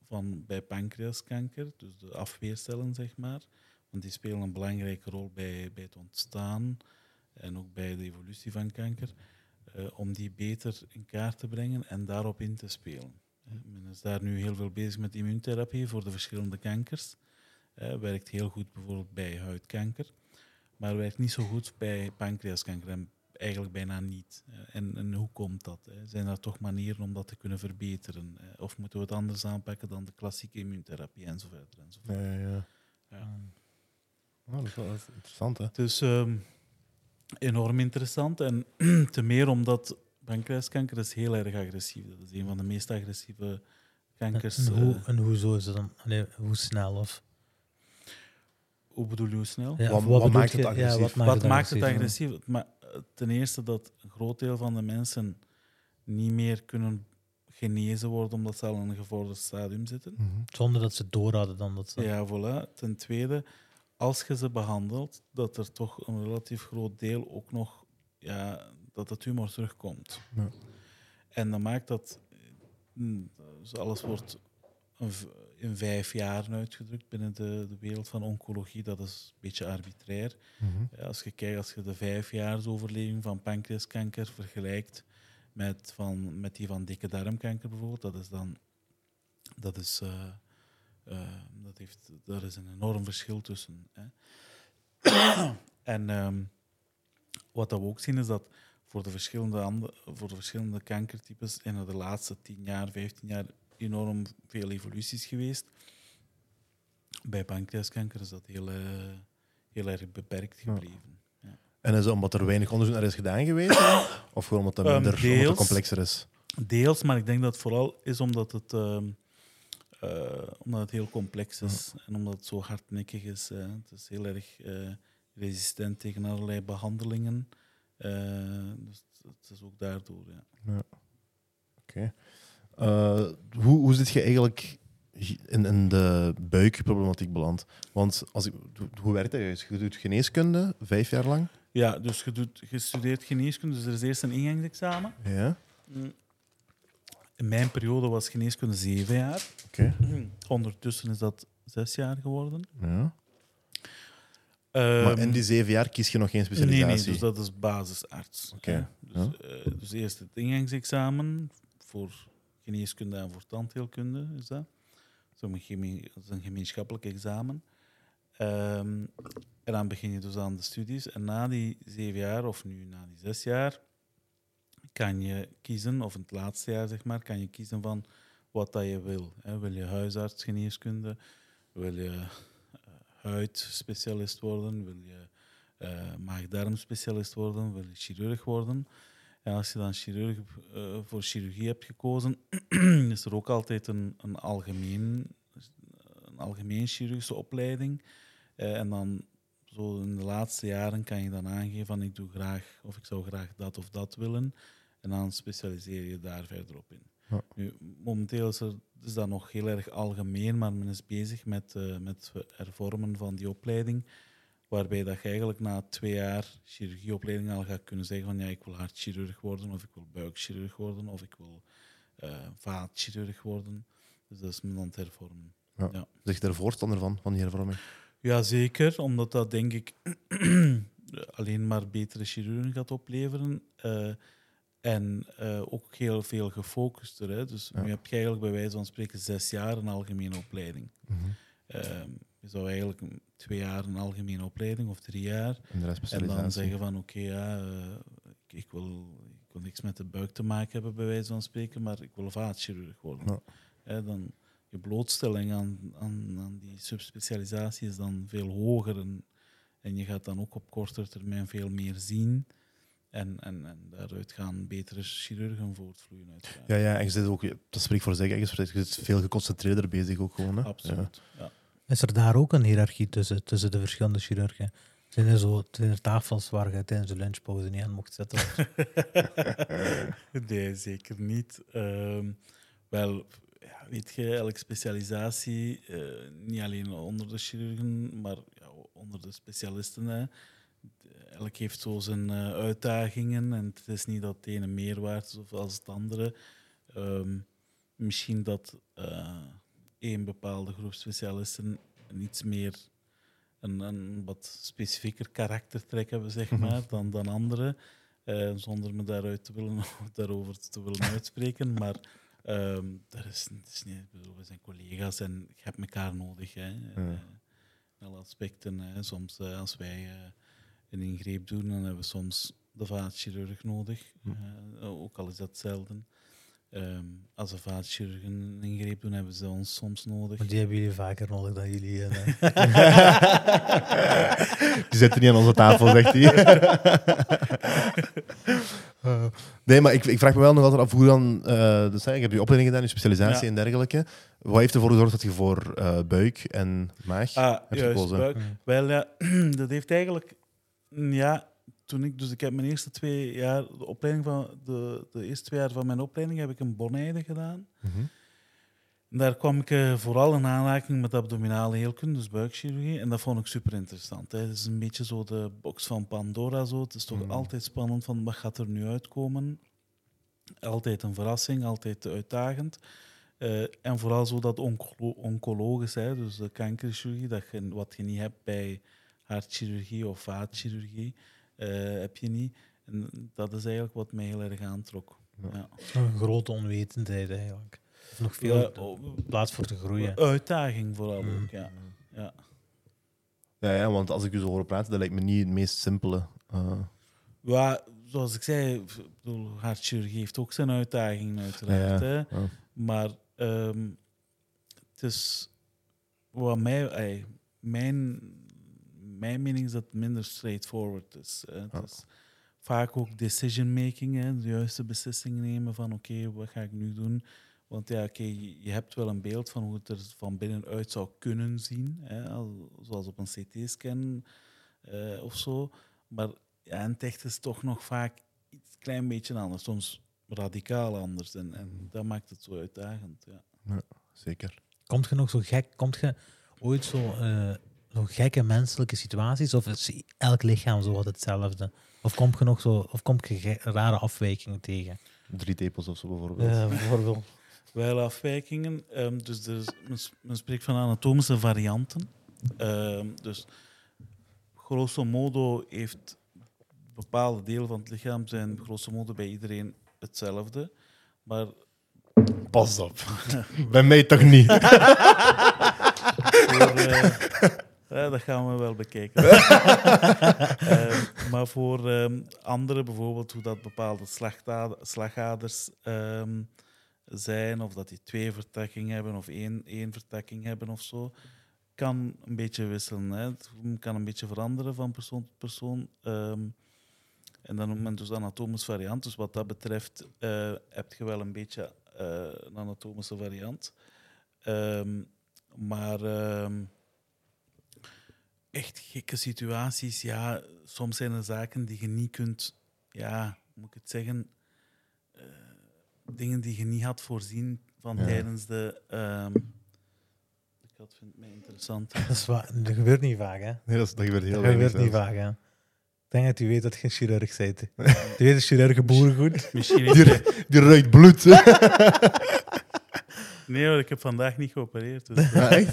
van bij pancreaskanker, dus de afweercellen, zeg maar. Want die spelen een belangrijke rol bij, bij het ontstaan en ook bij de evolutie van kanker. Uh, om die beter in kaart te brengen en daarop in te spelen. Uh, men is daar nu heel veel bezig met immuuntherapie voor de verschillende kankers. Uh, werkt heel goed bijvoorbeeld bij huidkanker, maar werkt niet zo goed bij pancreaskanker en eigenlijk bijna niet. Uh, en, en hoe komt dat? Uh? Zijn er toch manieren om dat te kunnen verbeteren? Uh, of moeten we het anders aanpakken dan de klassieke immuuntherapie enzovoort? enzovoort. Ja, ja, ja. Ja. Oh, dat is wel dat is interessant, hè? Dus um, enorm interessant. En te meer omdat pancreaskanker is heel erg agressief. Dat is een van de meest agressieve kankers. En, en, hoe, uh, en hoezo is het dan? Allee, hoe snel? Of? Hoe bedoel je hoe snel? Ja, Wat- of wat bedoelt maakt het je- agressief? Ja, wat maakt Wat het maakt het agressief? agressief? Maar ten eerste dat een groot deel van de mensen niet meer kunnen genezen worden omdat ze al in een gevorderd stadium zitten. Mhm. Zonder dat ze het door hadden dan dat ze... Ja, voilà. Ten tweede, als je ze behandelt, dat er toch een relatief groot deel ook nog, ja, dat de tumor terugkomt. Ja. En dat maakt dat, mm, dus alles wordt een v- in vijf jaar uitgedrukt binnen de, de wereld van oncologie. Dat is een beetje arbitrair. Mhm. Ja, als je kijkt, als je de vijfjaarsoverleving van pancreaskanker vergelijkt met, van, met die van dikke darmkanker bijvoorbeeld, dat is dan, dat is, uh, uh, dat heeft, daar is een enorm verschil tussen. Hè. en um, wat dat we ook zien is dat voor de verschillende, ande, voor de verschillende kankertypes in de laatste tien jaar, vijftien jaar enorm veel evoluties geweest. Bij pancreaskanker is dat heel, uh, heel erg beperkt gebleven. Ja. En is dat omdat er weinig onderzoek naar is gedaan geweest? Of gewoon omdat het minder Um, omdat het deels. complexer is? Deels, maar ik denk dat het vooral is omdat het, uh, uh, omdat het heel complex is ja. en omdat het zo hardnekkig is. Hè. Het is heel erg uh, resistent tegen allerlei behandelingen. Uh, dus het is ook daardoor. Ja. Ja. Oké. Okay. Uh, hoe, hoe zit je eigenlijk in, in de buikproblematiek beland? Want als ik, hoe werkt dat juist? Je doet geneeskunde vijf jaar lang? Ja, dus je, doet, je studeert geneeskunde, dus er is eerst een ingangsexamen. Ja. In mijn periode was geneeskunde zeven jaar. Oké. Okay. Ondertussen is dat zes jaar geworden. Ja. Um, maar in die zeven jaar kies je nog geen specialisatie? Nee, nee, dus dat is basisarts. Okay. Dus, ja. uh, dus eerst het ingangsexamen voor geneeskunde en voor tandheelkunde is dat. Dat is een gemeenschappelijk examen. Um, en dan begin je dus aan de studies. En na die zeven jaar, of nu na die zes jaar, kan je kiezen, of in het laatste jaar zeg maar, kan je kiezen van wat dat je wil. Hè. Wil je huisartsgeneeskunde? Wil je uh, huidspecialist worden? Wil je uh, maag-darmspecialist worden? Wil je chirurg worden? En als je dan chirurg, uh, voor chirurgie hebt gekozen, is er ook altijd een, een, algemeen, een algemeen chirurgische opleiding. Uh, en dan zo in de laatste jaren kan je dan aangeven van ik doe graag, of ik zou graag dat of dat willen. En dan specialiseer je daar verder op in. Ja. Nu, momenteel is, er, is dat nog heel erg algemeen, maar men is bezig met, uh, met het hervormen van die opleiding. Waarbij dat je eigenlijk na twee jaar chirurgieopleiding al gaat kunnen zeggen van ja, ik wil hartchirurg worden, of ik wil buikchirurg worden, of ik wil uh, vaatchirurg worden. Dus dat is men aan het hervormen. Ja. Ja. Zeg je er voorstander van, van die hervorming? Jazeker, omdat dat denk ik alleen maar betere chirurgen gaat opleveren. Uh, en uh, ook heel veel gefocuster. Hè. Dus ja. Nu heb je eigenlijk bij wijze van spreken zes jaar een algemene opleiding. Mm-hmm. Uh, je zou eigenlijk twee jaar een algemene opleiding of drie jaar. En, de rest en dan zeggen van oké, okay, ja, uh, ik, ik, wil, ik wil niks met de buik te maken hebben bij wijze van spreken, maar ik wil vaatchirurg worden. Ja. Hè, dan je blootstelling aan, aan, aan die subspecialisatie is dan veel hoger en, en je gaat dan ook op kortere termijn veel meer zien. En, en, en daaruit gaan betere chirurgen voortvloeien. Uiteraard. Ja, ja, en je zit ook, dat spreekt voor zich, je zit veel geconcentreerder bezig ook gewoon. Hè? Absoluut, ja. Ja. Is er daar ook een hiërarchie tussen, tussen de verschillende chirurgen? Zijn er, zo, zijn er tafels waar je tijdens de lunchpauze niet aan mocht zitten? Nee, zeker niet. Um, wel, ja, weet je, elke specialisatie, uh, niet alleen onder de chirurgen, maar ja, onder de specialisten, hè. Elk heeft zo zijn uh, uitdagingen en het is niet dat het ene meer waard is of als het andere. Um, misschien dat uh, één bepaalde groep specialisten een iets meer een, een wat specifieker karaktertrek hebben, zeg maar, dan, dan anderen. Uh, zonder me daaruit te willen, daarover te willen uitspreken. Maar um, dat is, dat is niet, ik bedoel, we zijn collega's en je hebt elkaar nodig. Hè. Ja. Uh, in alle aspecten. Hè. Soms uh, als wij uh, een ingreep doen, dan hebben we soms de vaatchirurg nodig. Uh, ook al is dat zelden. Um, als een vaatchirurg een ingreep doen, hebben ze ons soms nodig. Maar die hebben jullie vaker nodig dan jullie. Uh, die zitten niet aan onze tafel, zegt hij. uh, nee, maar ik, ik vraag me wel nog altijd af hoe dan... Uh, dus, hè, je hebt je opleiding gedaan, je specialisatie ja. en dergelijke. Wat heeft ervoor gezorgd dat je voor uh, buik en maag ah, hebt juist, gekozen? Buik. Mm. Wel ja, dat heeft eigenlijk... Ja... Toen ik, dus ik heb mijn eerste twee jaar, de opleiding van de, de eerste twee jaar van mijn opleiding heb ik in Bonheide gedaan. Mm-hmm. En daar kwam ik uh, vooral in aanraking met abdominale heelkunde, dus buikchirurgie. En dat vond ik super interessant. Het is een beetje zo de box van Pandora. Zo. Het is toch mm. altijd spannend van wat gaat er nu uitkomen. Altijd een verrassing, altijd uitdagend. Uh, en vooral zo dat onco- oncologisch, hè, dus de kankerchirurgie, dat je, wat je niet hebt bij hartchirurgie of vaatchirurgie. Uh, heb je niet. En dat is eigenlijk wat mij heel erg aantrok. Ja. Ja. Een grote onwetendheid eigenlijk. Of nog veel ja, oh, plaats voor te groeien. Uitdaging vooral mm. ook, ja. Ja. Ja, ja, want als ik u zo hoor praten, dat lijkt me niet het meest simpele. Uh... Ja, zoals ik zei, bedoel, hartchirurgie heeft ook zijn uitdagingen uiteraard. Ja, ja. Hè? Ja. Maar um, het is wat mij... Ay, mijn... Mijn mening is dat het minder straightforward is. Hè. Het ja. is vaak ook decision-making, hè, de juiste beslissingen nemen van oké, okay, wat ga ik nu doen? Want ja, oké, okay, je hebt wel een beeld van hoe het er van binnenuit zou kunnen zien, hè, zoals op een C T-scan uh, of zo. Maar ja, in het echt is het toch nog vaak iets klein beetje anders, soms radicaal anders. En, en dat maakt het zo uitdagend. Ja, ja zeker. Komt je nog zo gek? Komt je ooit zo... Uh, Zo gekke menselijke situaties, of is elk lichaam zo wat hetzelfde? Of kom je nog zo, of kom je ge- rare afwijkingen tegen? Drie tepels of zo bijvoorbeeld. Uh, bijvoorbeeld. Wel afwijkingen. Um, dus er is, men, men spreekt van anatomische varianten. Um, dus grosso modo heeft bepaalde delen van het lichaam zijn grosso modo bij iedereen hetzelfde. Maar pas op. Bij mij toch niet. Voor, uh, ja, dat gaan we wel bekijken. uh, maar voor um, anderen, bijvoorbeeld hoe dat bepaalde slagaders um, zijn, of dat die twee vertakkingen hebben of één, één vertakking hebben of zo, kan een beetje wisselen. Hè. Het kan een beetje veranderen van persoon tot persoon. Um, en dan noemt men dus anatomisch variant. Dus wat dat betreft uh, heb je wel een beetje uh, een anatomische variant. Um, maar um, echt gekke situaties, ja, soms zijn er zaken die je niet kunt, ja, hoe moet ik het zeggen, uh, dingen die je niet had voorzien van ja. tijdens de... Um, dat vind ik mij interessant. Dat, is waar, dat gebeurt niet vaak, hè? Nee, dat, dat gebeurt heel Dat gebeurt niet vaak, hè? Ik denk dat u weet dat je geen chirurg bent. Je weet een chirurg boerengoed. Misschien die, die ruikt bloed. Nee hoor, ik heb vandaag niet geopereerd. Dus, ja, echt?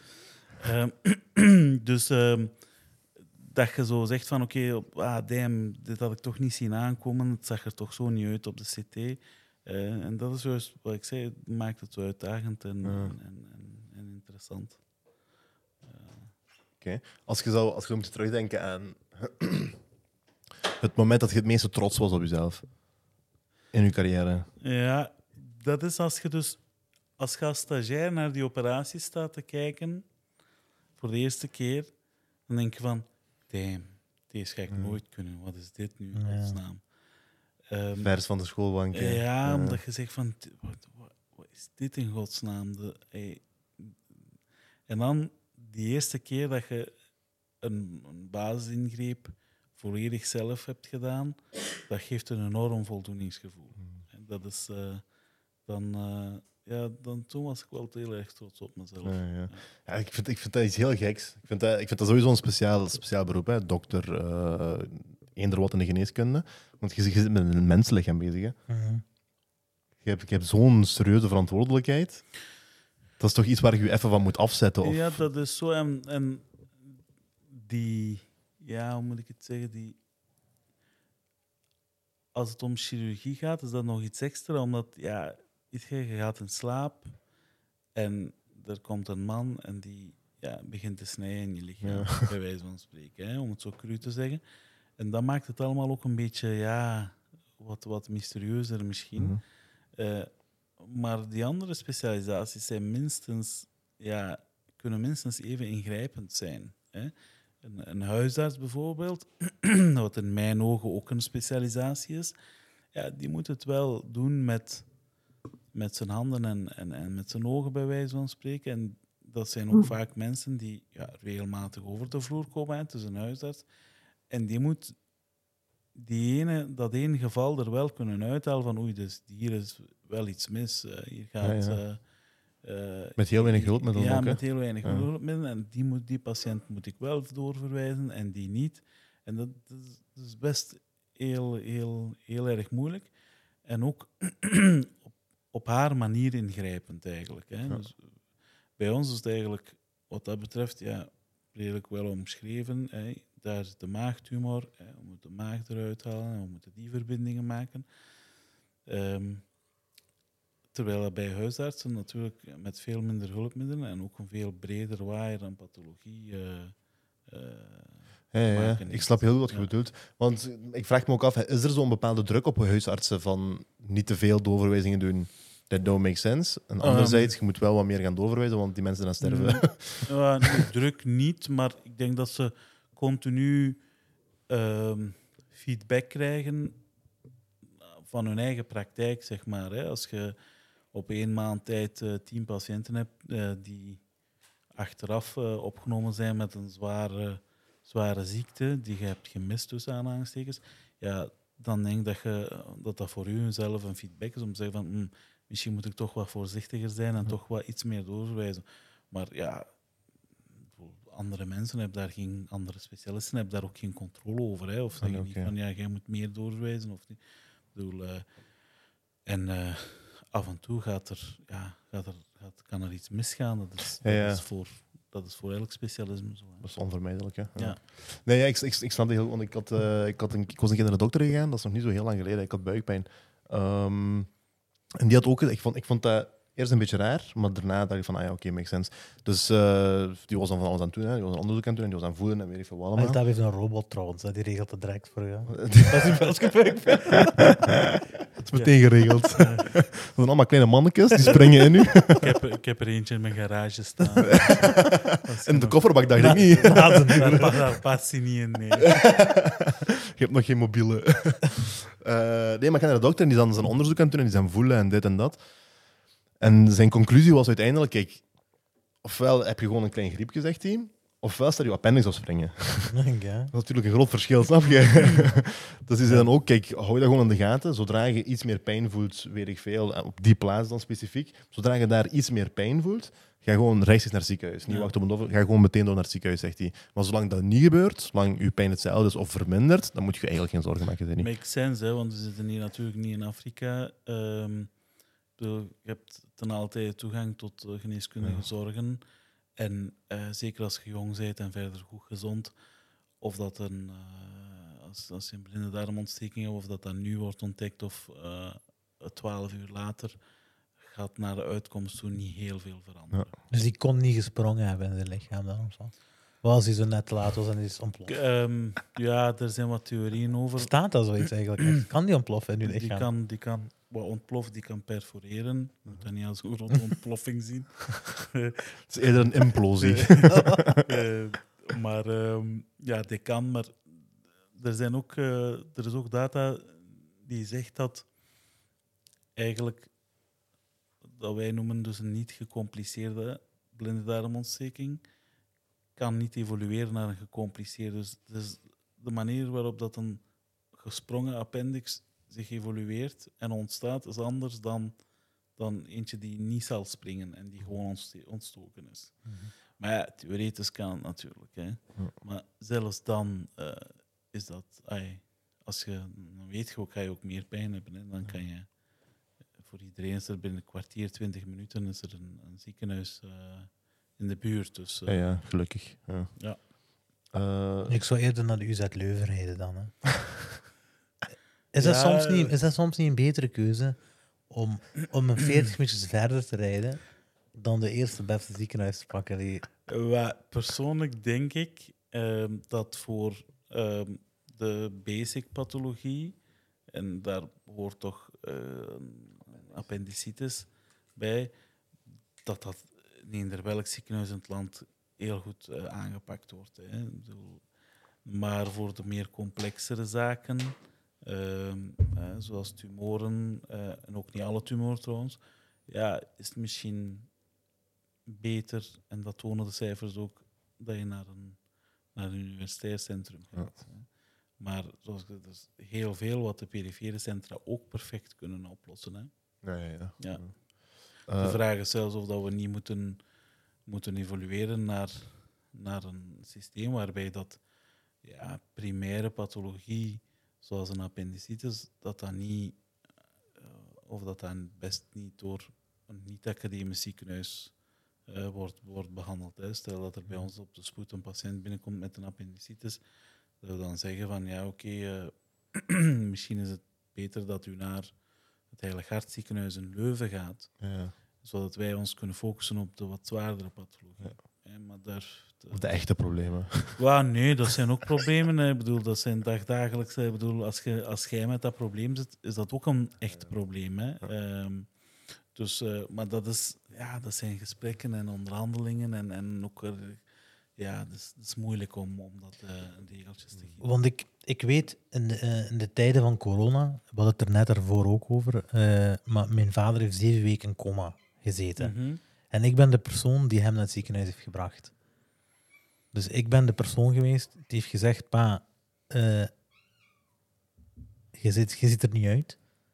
um, dus um, dat je zo zegt van oké, okay, ah, damn, dit had ik toch niet zien aankomen. Het zag er toch zo niet uit op de C T. Uh, en dat is juist wat ik zei, het maakt het zo uitdagend en, ja. en, en, en, en interessant. Uh. Oké. Okay. Als je zou, als je moet terugdenken aan het moment dat je het meeste trots was op jezelf in je carrière. Ja, dat is als je dus als je als stagiair naar die operatie staat te kijken voor de eerste keer, dan denk je van, damn, deze ga ik mm. nooit kunnen. Wat is dit nu? Ja. Godsnaam. Um, Vers van de schoolbank. Ja, ja, omdat je zegt van, wat, wat, wat is dit in godsnaam? De, hey. En dan die eerste keer dat je een, een basisingreep volledig zelf hebt gedaan, dat geeft een enorm voldoeningsgevoel. Mm. En dat is uh, dan... Uh, Ja, dan toen was ik wel heel erg trots op mezelf. Ja, ja. Ja, ik, vind, ik vind dat iets heel geks. Ik vind dat, ik vind dat sowieso een speciaal, speciaal beroep, hè. Dokter, uh, eender wat in de geneeskunde. Want je, je zit met een mensenlichaam bezig. Hè. Mm-hmm. Je hebt, je hebt zo'n serieuze verantwoordelijkheid. Dat is toch iets waar je je even van moet afzetten? Of? Ja, dat is zo. En, en die... Ja, hoe moet ik het zeggen? Die... Als het om chirurgie gaat, is dat nog iets extra. Omdat, ja, je gaat in slaap en er komt een man en die ja, begint te snijden in je lichaam, ja. bij wijze van spreken, hè, om het zo cru te zeggen. En dat maakt het allemaal ook een beetje, ja, wat, wat mysterieuzer misschien. Mm-hmm. Uh, maar die andere specialisaties zijn minstens, ja, kunnen minstens even ingrijpend zijn. Hè. Een, een huisarts bijvoorbeeld, wat in mijn ogen ook een specialisatie is, ja, die moet het wel doen met, met zijn handen en, en, en met zijn ogen, bij wijze van spreken. En dat zijn ook vaak mensen die ja, regelmatig over de vloer komen. Het is een huisarts. En die moet die ene, dat ene geval er wel kunnen uithalen van oei, dus hier is wel iets mis. Uh, hier gaat... Ja, ja. Uh, uh, met heel weinig hulpmiddelen Ja, ook, met heel weinig ja. hulpmiddelen. En die, moet, die patiënt moet ik wel doorverwijzen en die niet. En dat, dat, is, dat is best heel, heel, heel erg moeilijk. En ook op, op haar manier ingrijpend eigenlijk. Hè. Ja. Dus bij ons is het eigenlijk, wat dat betreft, ja, redelijk wel omschreven. Hè. Daar is de maagtumor. Hè. We moeten de maag eruit halen en we moeten die verbindingen maken. Um, terwijl bij huisartsen natuurlijk met veel minder hulpmiddelen en ook een veel breder waaier aan pathologie uh, uh, ja, ja, ja. Ik snap heel goed wat je ja. bedoelt. Want ik vraag me ook af, is er zo'n bepaalde druk op huisartsen van niet te veel doorverwijzingen doen? That don't make sense. En anderzijds, um, je moet wel wat meer gaan doorverwijzen, want die mensen dan sterven. Ja, nee, druk niet, maar ik denk dat ze continu um, feedback krijgen van hun eigen praktijk, zeg maar. Hè. Als je op één maand tijd uh, tien patiënten hebt uh, die achteraf uh, opgenomen zijn met een zware, zware ziekte, die je hebt gemist, tussen aanhalingstekens, ja, dan denk ik dat, je, dat dat voor u zelf een feedback is om te zeggen van hm, misschien moet ik toch wat voorzichtiger zijn en ja. toch wat iets meer doorverwijzen. Maar ja, andere mensen hebben daar geen, andere specialisten hebben daar ook geen controle over. Hè. Of zeggen ah, okay. niet van ja, jij moet meer doorverwijzen. Of niet. Ik bedoel, uh, en uh, af en toe gaat er, ja, gaat er, gaat, kan er iets misgaan. Dat is, dat ja, ja. is, voor, dat is voor elk specialisme zo. Hè. Dat is onvermijdelijk, hè? Ja. Ja. Nee, ja, ik, ik, ik snap het heel, want ik, had, uh, ik, had een, ik was een keer naar de dokter gegaan, dat is nog niet zo heel lang geleden. Ik had buikpijn. Um, en die had ook, ik vond, ik vond dat eerst een beetje raar, maar daarna dacht ik van, ah ja, oké, okay, makes sense. Dus uh, die was dan van alles aan het doen, hè. Die was een onderzoek aan het doen en die was aan het voelen en weet ik veel wat allemaal. Ah, daar heeft een robot trouwens, hè. Die regelt het direct voor jou. Dat is een Belgische. Dat is meteen geregeld. Ja. Dat zijn allemaal kleine mannetjes, die springen in u. ik, heb, ik heb er eentje in mijn garage staan. In de kofferbak dacht ik niet. Daar, daar, daar past hij niet in, nee. Je hebt nog geen mobiele. uh, nee, maar ik ga naar de dokter en die is dan zijn onderzoek aan het doen en die is aan voelen en dit en dat. En zijn conclusie was uiteindelijk, kijk, ofwel heb je gewoon een klein griepje, zegt hij, ofwel staat je appendix op springen. Ja. Dat is natuurlijk een groot verschil, snap je? Dus die zei dan ook, kijk, hou dat gewoon in de gaten. Zodra je iets meer pijn voelt, weet ik veel, op die plaats dan specifiek, zodra je daar iets meer pijn voelt, ga gewoon rechtstreeks naar het ziekenhuis. Niet ja. wachten op een over, ga gewoon meteen door naar het ziekenhuis, zegt hij. Maar zolang dat niet gebeurt, zolang je pijn hetzelfde is of vermindert, dan moet je eigenlijk geen zorgen maken. Niet. Makes sense, hè, want we zitten hier natuurlijk niet in Afrika. Um, je hebt ten altijd toegang tot uh, geneeskundige ja. zorgen. En uh, zeker als je jong bent en verder goed gezond, of dat een, uh, als, als je een blinde darmontsteking hebt, of dat dat nu wordt ontdekt, of twaalf uh, uur later, gaat naar de uitkomst toe niet heel veel veranderen. Ja. Dus die kon niet gesprongen hebben in zijn lichaam dan of zo? Was hij zo net laat was en die is ontploft? Um, ja, er zijn wat theorieën over. Staat dat zoiets eigenlijk? Kan die ontploffen in uw lichaam? Die kan, die kan wat ontploft, die kan perforeren. Je moet dat niet als een grote ontploffing zien. Het is eerder een implosie. uh, maar um, ja, die kan. Maar er, zijn ook, uh, er is ook data die zegt dat eigenlijk dat wij noemen dus een niet gecompliceerde blinde darmontsteking kan niet evolueren naar een gecompliceerde. Dus, dus de manier waarop dat een gesprongen appendix zich evolueert en ontstaat, is anders dan, dan eentje die niet zal springen en die gewoon ontste- ontstoken is. Mm-hmm. Maar ja, theoretisch kan het natuurlijk. Hè. Ja. Maar zelfs dan uh, is dat... Ay, als je, dan weet je ook, ga je ook meer pijn hebben. Hè. Dan kan je voor iedereen is er binnen een kwartier, twintig minuten is er een, een ziekenhuis uh, in de buurt. Dus, uh, ja, ja, gelukkig. Ja. Ja. Uh, Ik zou eerder naar de U Z Leuven rijden dan. Hè. Is, dat Ja. soms niet, is dat soms niet een betere keuze om, om een veertig minuutjes verder te rijden dan de eerste beste ziekenhuis te pakken? Die... Wat, persoonlijk denk ik uh, dat voor uh, de basic pathologie, en daar hoort toch uh, appendicitis bij, dat dat in eender welk ziekenhuis in het land heel goed uh, aangepakt wordt. Hè. Ik bedoel, maar voor de meer complexere zaken, uh, uh, zoals tumoren, uh, en ook niet alle tumoren trouwens, ja, is het misschien beter, en dat tonen de cijfers ook, dat je naar een, naar een universitair centrum gaat. Ja. Maar zoals ik zeg, er is heel veel wat de perifere centra ook perfect kunnen oplossen. Hè. ja, ja, ja. Ja. Uh, De vraag is zelfs of dat we niet moeten, moeten evolueren naar, naar een systeem waarbij dat ja, primaire pathologie, zoals een appendicitis, dat dat niet, uh, of dat dat best niet door een niet-academisch ziekenhuis uh, wordt, wordt behandeld. Hè. Stel dat er bij ons op de spoed een patiënt binnenkomt met een appendicitis, dat we dan zeggen van ja, oké, okay, uh, misschien is het beter dat u naar het Heilig Hartziekenhuis in Leuven gaat, ja. zodat wij ons kunnen focussen op de wat zwaardere pathologie. Ja. Ja, maar daar, Of de echte problemen. Ja, nee, dat zijn ook problemen. Hè. Ik bedoel, dat zijn dagdagelijks. Ik bedoel, als, je, als jij met dat probleem zit, is dat ook een echt probleem. Hè. Ja. Um, dus, uh, maar dat, is, ja, dat zijn gesprekken en onderhandelingen. En, en ook, uh, ja, het is, het is moeilijk om, om dat uh, in regeltjes te geven. Want ik, ik weet, in de, uh, in de tijden van corona, we hadden het er net daarvoor ook over, uh, maar mijn vader heeft zeven weken in coma gezeten. Mm-hmm. En ik ben de persoon die hem naar het ziekenhuis heeft gebracht. Dus ik ben de persoon geweest die heeft gezegd, pa, uh, je, zit, je ziet er niet uit.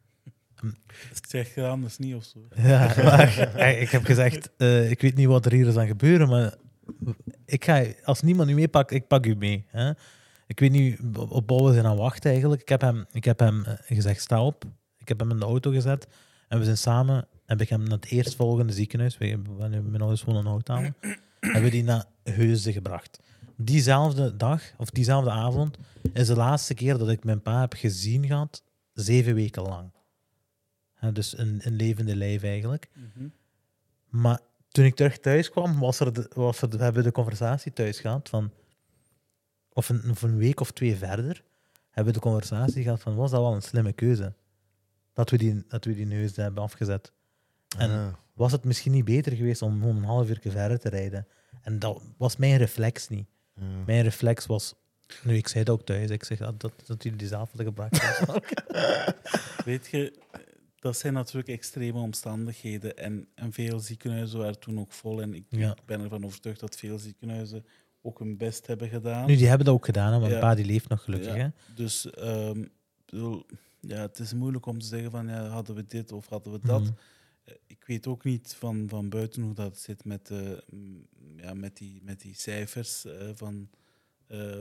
Ik zeg je anders niet of zo. Ja, maar ik heb gezegd, uh, ik weet niet wat er hier is aan gebeuren, maar ik ga, als niemand u meepakt, ik pak u mee. Hè? Ik weet niet op wat we zijn aan het wachten eigenlijk. Ik heb hem, ik heb hem gezegd, sta op. Ik heb hem in de auto gezet en we zijn samen, heb ik hem naar het eerstvolgende ziekenhuis, we hebben mijn ouders wonen in Houthalen, hebben we die naar Heusden gebracht. Diezelfde dag, of diezelfde avond, is de laatste keer dat ik mijn pa heb gezien gehad, zeven weken lang. He, dus een, een levende lijf eigenlijk. Mm-hmm. Maar toen ik terug thuis kwam, was er de, was er de, hebben we de conversatie thuis gehad van, of een, of een week of twee verder, hebben we de conversatie gehad van, was dat wel een slimme keuze? Dat we die, dat we die neus hebben afgezet. En Ah. was het misschien niet beter geweest om gewoon een half uur verder te rijden? En dat was mijn reflex niet. Ja. Mijn reflex was... Nu, ik zei het ook thuis. Ik zeg dat, dat, dat jullie die zelf hadden gebruikt. Weet je, dat zijn natuurlijk extreme omstandigheden. En, en veel ziekenhuizen waren toen ook vol. En ik, Ja. ik ben ervan overtuigd dat veel ziekenhuizen ook hun best hebben gedaan. Nu, die hebben dat ook gedaan, hè, want Ja. pa die leeft nog gelukkig. Ja. Hè? Dus um, bedoel, ja, het is moeilijk om te zeggen van ja, hadden we dit of hadden we dat. Mhm. Ik weet ook niet van, van buiten hoe dat zit met, uh, ja, met, die, met die cijfers uh, van, uh,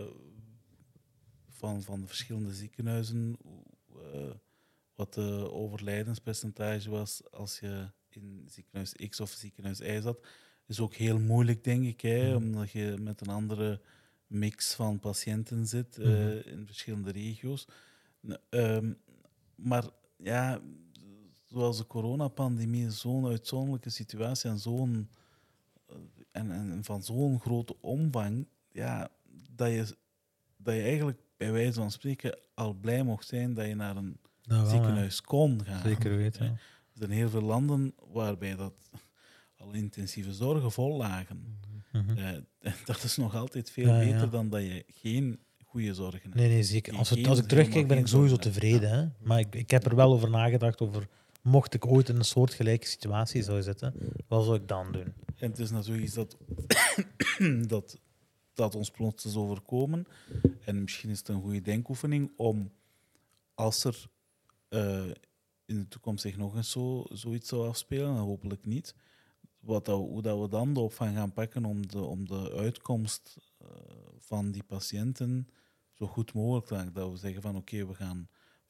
van, van de verschillende ziekenhuizen. Uh, wat de overlijdenspercentage was als je in ziekenhuis X of ziekenhuis Y zat. Is ook heel moeilijk, denk ik, hè, Mhm. omdat je met een andere mix van patiënten zit uh, Mhm. in verschillende regio's. Um, maar ja, zoals de coronapandemie, zo'n uitzonderlijke situatie en, zo'n, en, en van zo'n grote omvang, ja, dat, je, dat je eigenlijk bij wijze van spreken al blij mocht zijn dat je naar een Nou, wel, ziekenhuis kon gaan. zeker weten. Ja. Ja. Er zijn heel veel landen waarbij dat al intensieve zorgen vol lagen. Mhm. Uh, dat is nog altijd veel Ja, ja. beter dan dat je geen goede zorgen hebt. Nee, nee, zeker. Geen- Als, we, geen- als ik terugkijk, ben ik helemaal sowieso geen tevreden. Hè? Maar ik, ik heb er wel over nagedacht, over mocht ik ooit in een soortgelijke situatie zou zitten, wat zou ik dan doen? En het is natuurlijk iets dat, dat, dat ons plots is overkomen. En misschien is het een goede denkoefening om, als er uh, in de toekomst zich nog eens zo, zoiets zou afspelen, en hopelijk niet, wat dat, hoe dat we dan de opvang gaan pakken om de, om de uitkomst uh, van die patiënten zo goed mogelijk te maken. Dat we zeggen van oké, okay, we gaan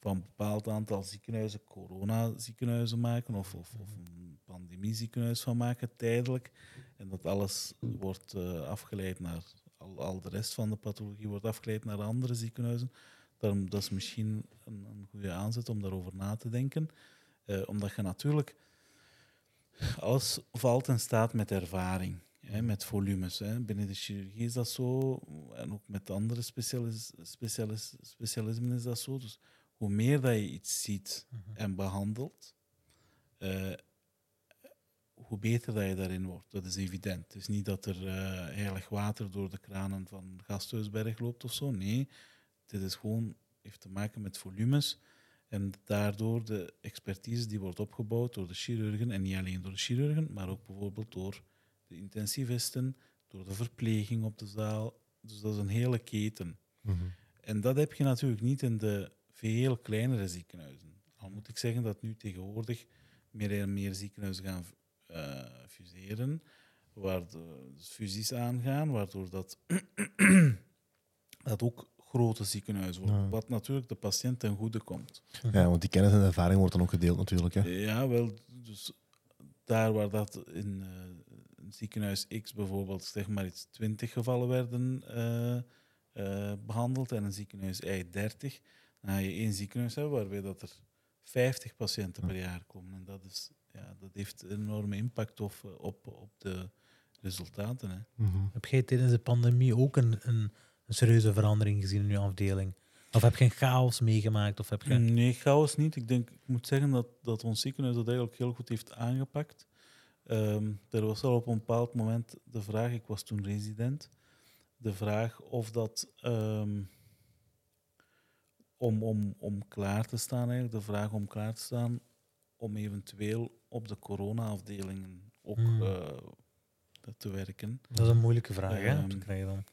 van een bepaald aantal ziekenhuizen corona-ziekenhuizen maken of, of, of een pandemie-ziekenhuis van maken, tijdelijk. En dat alles wordt uh, afgeleid naar, al, al de rest van de pathologie wordt afgeleid naar andere ziekenhuizen. Daarom, dat is misschien een, een goede aanzet om daarover na te denken. Uh, omdat je natuurlijk... Alles valt en staat met ervaring, hè, met volumes. Hè. Binnen de chirurgie is dat zo, en ook met andere specialis, specialis, specialismen is dat zo. Dus hoe meer dat je iets ziet uh-huh. en behandelt, uh, hoe beter dat je daarin wordt. Dat is evident. Het is niet dat er uh, heilig water door de kranen van Gasthuisberg loopt of zo. Nee, dit is gewoon, heeft te maken met volumes. En daardoor de expertise die wordt opgebouwd door de chirurgen, en niet alleen door de chirurgen, maar ook bijvoorbeeld door de intensivisten, door de verpleging op de zaal. Dus dat is een hele keten. Mm-hmm. En dat heb je natuurlijk niet in de veel kleinere ziekenhuizen. Al moet ik zeggen dat nu tegenwoordig meer en meer ziekenhuizen gaan uh, fuseren, waar de fusies aangaan, waardoor dat, dat ook grote ziekenhuizen worden, ja. Wat natuurlijk de patiënt ten goede komt. Ja, want die kennis en ervaring wordt dan ook gedeeld natuurlijk. Hè? Ja, wel, dus daar waar dat in uh, een ziekenhuis X bijvoorbeeld zeg maar iets twintig gevallen werden uh, uh, behandeld en een ziekenhuis Y dertig, dan ga je één ziekenhuis hebben waarbij dat er vijftig patiënten ja. per jaar komen. En dat, is, ja, dat heeft een enorme impact op, op, op de resultaten. Hè. Mm-hmm. Heb jij tijdens de pandemie ook een... een een serieuze verandering gezien in uw afdeling? Of heb je een chaos meegemaakt? Of heb je... Nee, chaos niet. Ik denk, ik moet zeggen dat, dat ons ziekenhuis dat eigenlijk heel goed heeft aangepakt. Um, er was al op een bepaald moment de vraag, ik was toen resident, de vraag of dat um, om, om, om klaar te staan, eigenlijk, de vraag om klaar te staan om eventueel op de corona-afdelingen ook hmm. uh, te werken. Dat is een moeilijke vraag, um, hè, om te krijgen dan.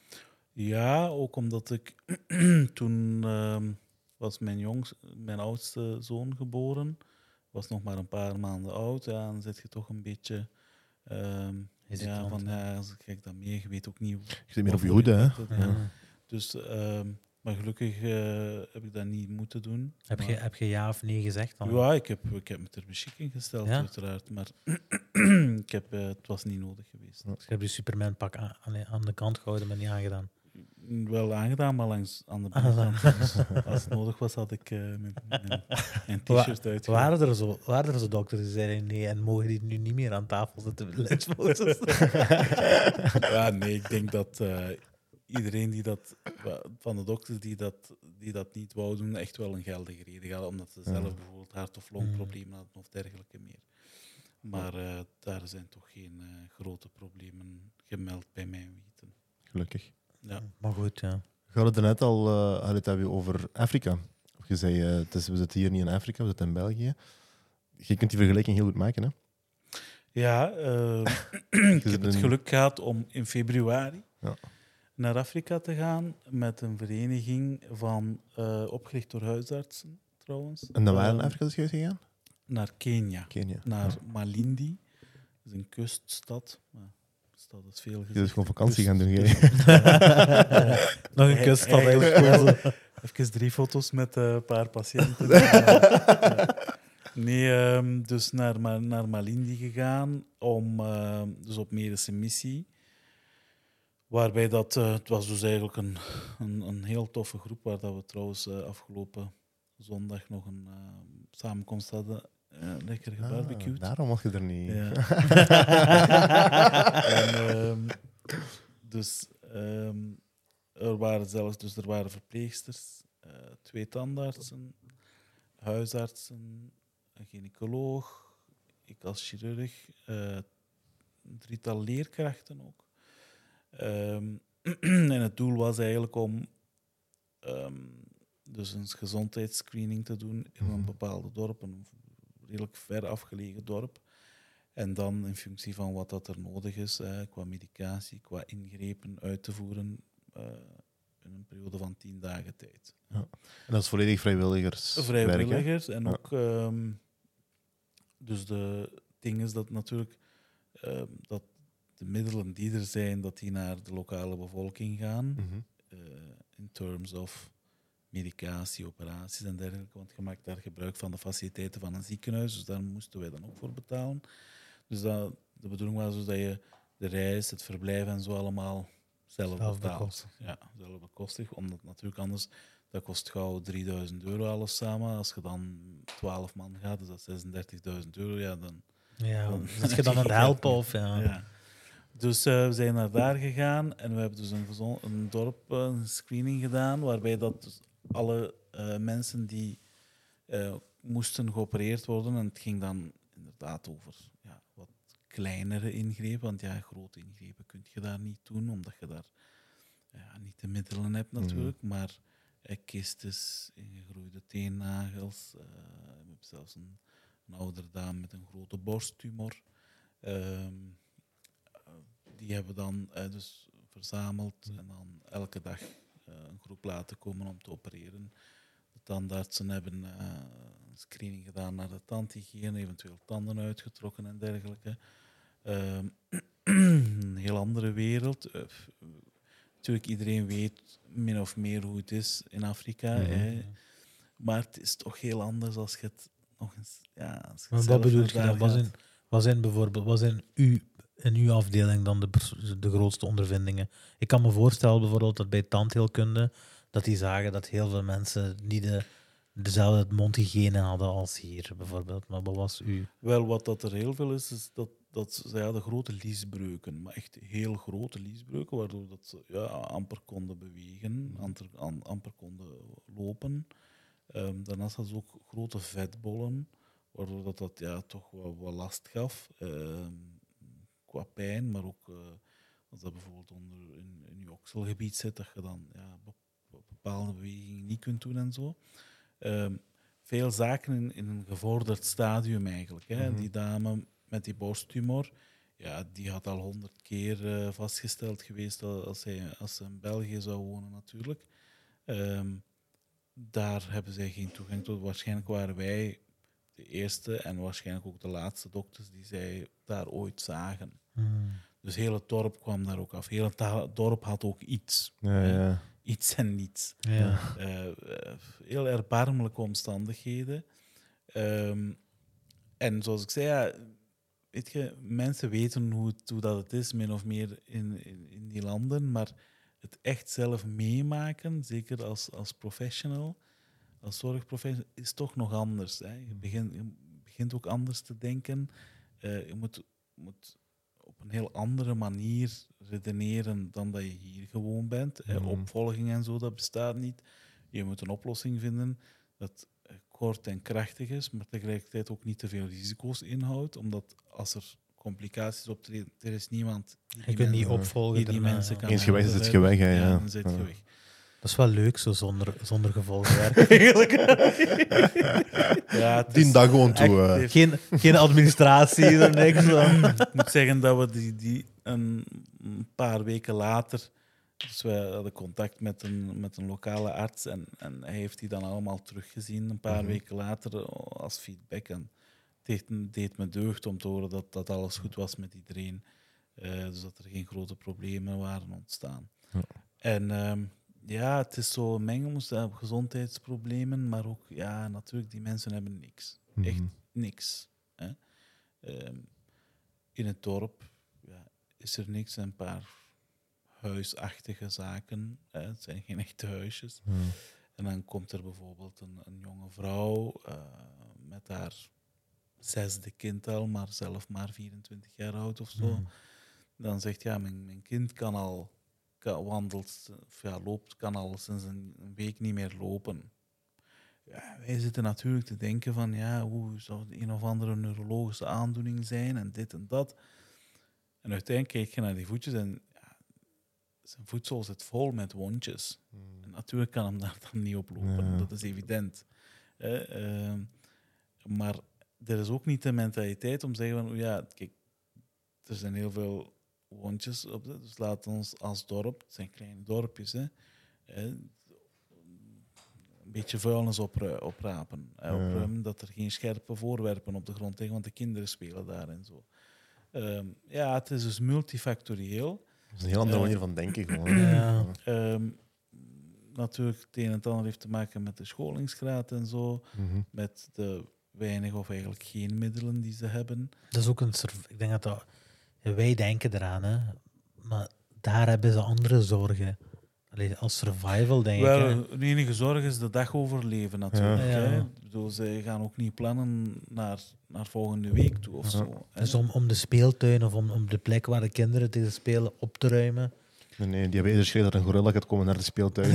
Ja, ook omdat ik toen uh, was mijn, jongs, mijn oudste zoon geboren, was nog maar een paar maanden oud. Ja, dan zit je toch een beetje uh, ja, van ja, als ik dat mee, je weet ook niet. Je zit meer op je hoede, hè? Het, ja. Ja. Dus, uh, maar gelukkig uh, heb ik dat niet moeten doen. Heb, maar, je, heb je ja of nee gezegd dan? Ja, ik heb, ik heb me ter beschikking gesteld, ja? uiteraard. Maar ik heb, uh, het was niet nodig geweest. Dus je hebt je Superman-pak aan, aan de kant gehouden, maar niet aangedaan. Wel aangedaan, maar langs aan de binnenkant. Dus als het nodig was, had ik uh, mijn, mijn, mijn t-shirt Wa- uit. Waren er, zo, waren er zo dokters die zeiden nee en mogen die nu niet meer aan tafel zitten met lunchfoto's? Ja, nee, ik denk dat uh, iedereen die dat, van de dokters die dat, die dat niet wou doen, echt wel een geldige reden had, omdat ze zelf bijvoorbeeld hart- of longproblemen hadden of dergelijke meer. Maar uh, daar zijn toch geen uh, grote problemen gemeld bij mijn weten. Gelukkig. Ja. Maar goed, ja. We hadden het net al uh, had het hebben over Afrika. Je zei, uh, het is, we zitten hier niet in Afrika, we zitten in België. Je kunt die vergelijking heel goed maken, hè? Ja, uh, ik heb het geluk gehad om in februari ja. naar Afrika te gaan met een vereniging van, uh, opgericht door huisartsen, trouwens. En dan waar in Afrika is je gegaan? Naar Kenia. Kenia. Naar ja. Malindi. Dat is een kuststad. Maar stad is veel gezegd. Je dus gewoon vakantie gaan doen, jij. Nog een kuststad eigenlijk. Even drie foto's met een uh, paar patiënten. ja. Nee, um, dus naar, naar Malindi gegaan om, uh, dus op medische missie. Waarbij dat, uh, het was dus eigenlijk een, een, een heel toffe groep, waar dat we trouwens uh, afgelopen zondag nog een uh, samenkomst hadden. Uh, lekker gebarbecued. Ah, daarom was je er niet. Ja. en, um, dus um, er waren zelfs dus er waren verpleegsters, uh, twee tandartsen, huisartsen, een gynaecoloog, ik als chirurg, uh, een drietal leerkrachten ook. Um, en het doel was eigenlijk om um, dus een gezondheidsscreening te doen in een bepaalde dorp, een redelijk ver afgelegen dorp. En dan in functie van wat dat er nodig is, eh, qua medicatie, qua ingrepen uit te voeren uh, in een periode van tien dagen tijd. Ja. En dat is volledig vrijwilligers. Vrijwilligers. Werk, en ja. ook um, dus de ding is dat natuurlijk uh, dat de middelen die er zijn, dat die naar de lokale bevolking gaan. Mm-hmm. Uh, in terms of medicatie, operaties en dergelijke. Want je maakt daar gebruik van de faciliteiten van een ziekenhuis, dus daar moesten wij dan ook voor betalen. Dus dat, de bedoeling was dus dat je de reis, het verblijf en zo allemaal zelf, Zelf betaalt. bekostigt. Ja, zelf bekostigt, omdat natuurlijk anders, dat kost gauw drieduizend euro alles samen. Als je dan twaalf man gaat, is dat zesendertigduizend euro, ja, dan... Ja, dan zit je dan aan het helpen? Of, ja. ja. Dus uh, we zijn naar daar gegaan en we hebben dus een, verzon- een dorp uh, een screening gedaan, waarbij dat dus alle uh, mensen die uh, moesten geopereerd worden, en het ging dan inderdaad over ja, wat kleinere ingrepen, want ja, grote ingrepen kun je daar niet doen, omdat je daar ja, niet de middelen hebt natuurlijk, mm. maar uh, kistes, ingegroeide teennagels, uh, we hebben zelfs een, een oudere dame met een grote borsttumor. Um, Die hebben we dan uh, dus verzameld en dan elke dag uh, een groep laten komen om te opereren. De tandartsen hebben uh, een screening gedaan naar de tandhygiëne, eventueel tanden uitgetrokken en dergelijke. Uh, een heel andere wereld. Uh, natuurlijk, iedereen weet min of meer hoe het is in Afrika. Mm-hmm. Hè. Maar het is toch heel anders als je het nog eens... Ja, als je maar wat bedoel je dan? Wat zijn, wat zijn bijvoorbeeld... Wat zijn uw... in uw afdeling dan de, de grootste ondervindingen? Ik kan me voorstellen bijvoorbeeld dat bij tandheelkunde dat die zagen dat heel veel mensen niet de, dezelfde mondhygiëne hadden als hier bijvoorbeeld. Maar wat was u? Wel, wat dat er heel veel is, is dat, dat zij hadden grote liesbreuken, maar echt heel grote liesbreuken, waardoor dat ze ja, amper konden bewegen, amper, amper konden lopen. Um, daarnaast hadden ze ook grote vetbollen, waardoor dat, dat ja, toch wat, wat last gaf. Um, qua pijn, maar ook uh, als dat bijvoorbeeld onder in, in je okselgebied zit, dat je dan ja, bepaalde bewegingen niet kunt doen en zo. Um, veel zaken in, in een gevorderd stadium eigenlijk. Hè. Mm-hmm. Die dame met die borsttumor, ja, die had al honderd keer uh, vastgesteld geweest als zij, als ze in België zou wonen natuurlijk. Um, daar hebben zij geen toegang tot. Waarschijnlijk waren wij de eerste en waarschijnlijk ook de laatste dokters die zij daar ooit zagen. Mm. Dus heel het dorp kwam daar ook af. Heel het ta- dorp had ook iets. Ja, ja. Iets en niets. Ja. Uh, uh, heel erbarmelijke omstandigheden. Um, en zoals ik zei, ja, weet je, mensen weten hoe, het, hoe dat het is, min of meer in, in, in die landen, maar het echt zelf meemaken, zeker als, als professional, als zorgprofessional, is toch nog anders. Hè. Je, begint, je begint ook anders te denken. Uh, je moet, moet op een heel andere manier redeneren dan dat je hier gewoon bent. Mm. Uh, opvolging en zo, dat bestaat niet. Je moet een oplossing vinden dat uh, kort en krachtig is, maar tegelijkertijd ook niet te veel risico's inhoudt, omdat als er complicaties optreden, er is niemand die je kunt niet opvolgen. Die die mensen kan eens geweest zit je weg. Hè, ja. Ja, dan zit je ja. weg. Dat is wel leuk, zo zonder, zonder gevolgen werken, eigenlijk. Ja, die dag gewoon toe. Echt, uh. geen, geen administratie, er niks van. Ik moet zeggen dat we die, die een, een paar weken later... Dus we hadden contact met een, met een lokale arts en, en hij heeft die dan allemaal teruggezien een paar mm-hmm. weken later als feedback. En het deed, deed me deugd om te horen dat, dat alles goed was met iedereen. Uh, dus dat er geen grote problemen waren ontstaan. Ja. En... Um, Ja, het is zo een mengelmoes, gezondheidsproblemen, maar ook, ja, natuurlijk, die mensen hebben niks. Mm-hmm. Echt niks. Hè. Um, in het dorp ja, is er niks, een paar huisachtige zaken. Hè. Het zijn geen echte huisjes. Mm. En dan komt er bijvoorbeeld een, een jonge vrouw uh, met haar zesde kind al, maar zelf maar vierentwintig jaar oud of zo. Mm. Dan zegt, ja, mijn, mijn kind kan al... wandelt, of ja, loopt, kan al sinds een, een week niet meer lopen. Ja, wij zitten natuurlijk te denken van, ja, hoe zou het een of andere neurologische aandoening zijn en dit en dat. En uiteindelijk kijk je naar die voetjes en ja, zijn voedsel zit vol met wondjes. Hmm. En natuurlijk kan hem daar dan niet op lopen, ja. Dat is evident. Eh, uh, maar er is ook niet de mentaliteit om te zeggen van, ja, kijk, er zijn heel veel wondjes op de, dus laat ons als dorp, het zijn kleine dorpjes, hè, een beetje vuilnis opru- oprapen. Hè, opruimen, ja. Dat er geen scherpe voorwerpen op de grond liggen, want de kinderen spelen daar en zo. Um, ja, het is dus multifactorieel. Dat is een heel andere uh, manier van denken gewoon. Ja. Um, natuurlijk het een en het ander heeft te maken met de scholingsgraad en zo, Mhm. met de weinig of eigenlijk geen middelen die ze hebben. Dat is ook een surv- Ik denk dat dat... Wij denken eraan, hè. Maar daar hebben ze andere zorgen. Allee, als survival, denk ik. Hè. Wel, de enige zorg is de dag overleven natuurlijk. Ja. Hè. Ja. Ik bedoel, ze gaan ook niet plannen naar, naar volgende week toe of Ja. zo. Hè. Dus om, om de speeltuin of om, om de plek waar de kinderen tegen spelen op te ruimen. Nee, nee, die hebben eerder geschreven dat een gorilla gaat komen naar de speeltuin.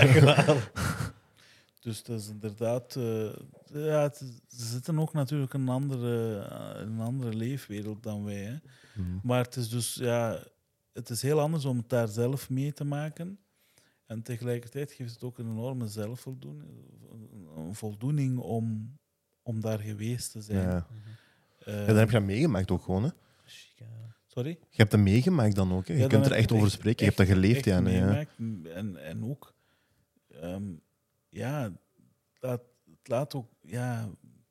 Dus dat is inderdaad... eh, ja, het is- ze zitten ook natuurlijk in een andere, eh, in een andere leefwereld dan wij. Hè. Mhm. Maar het is dus... Ja, het is heel anders om het daar zelf mee te maken. En tegelijkertijd geeft het ook een enorme zelfvoldoening. Een voldoening om, om daar geweest te zijn. Ja. Eh, Ja, dan heb je dat meegemaakt ook gewoon. Hè. Chic, hè. Sorry? Je hebt dat meegemaakt dan ook. Hè. Je Ja, dan kunt er heb echt ik over echt- spreken. Je hebt dat geleefd, echt ja. Nee, ja. meemaakt. En, en ook... ehm, ja, dat, het laat ook... Ja,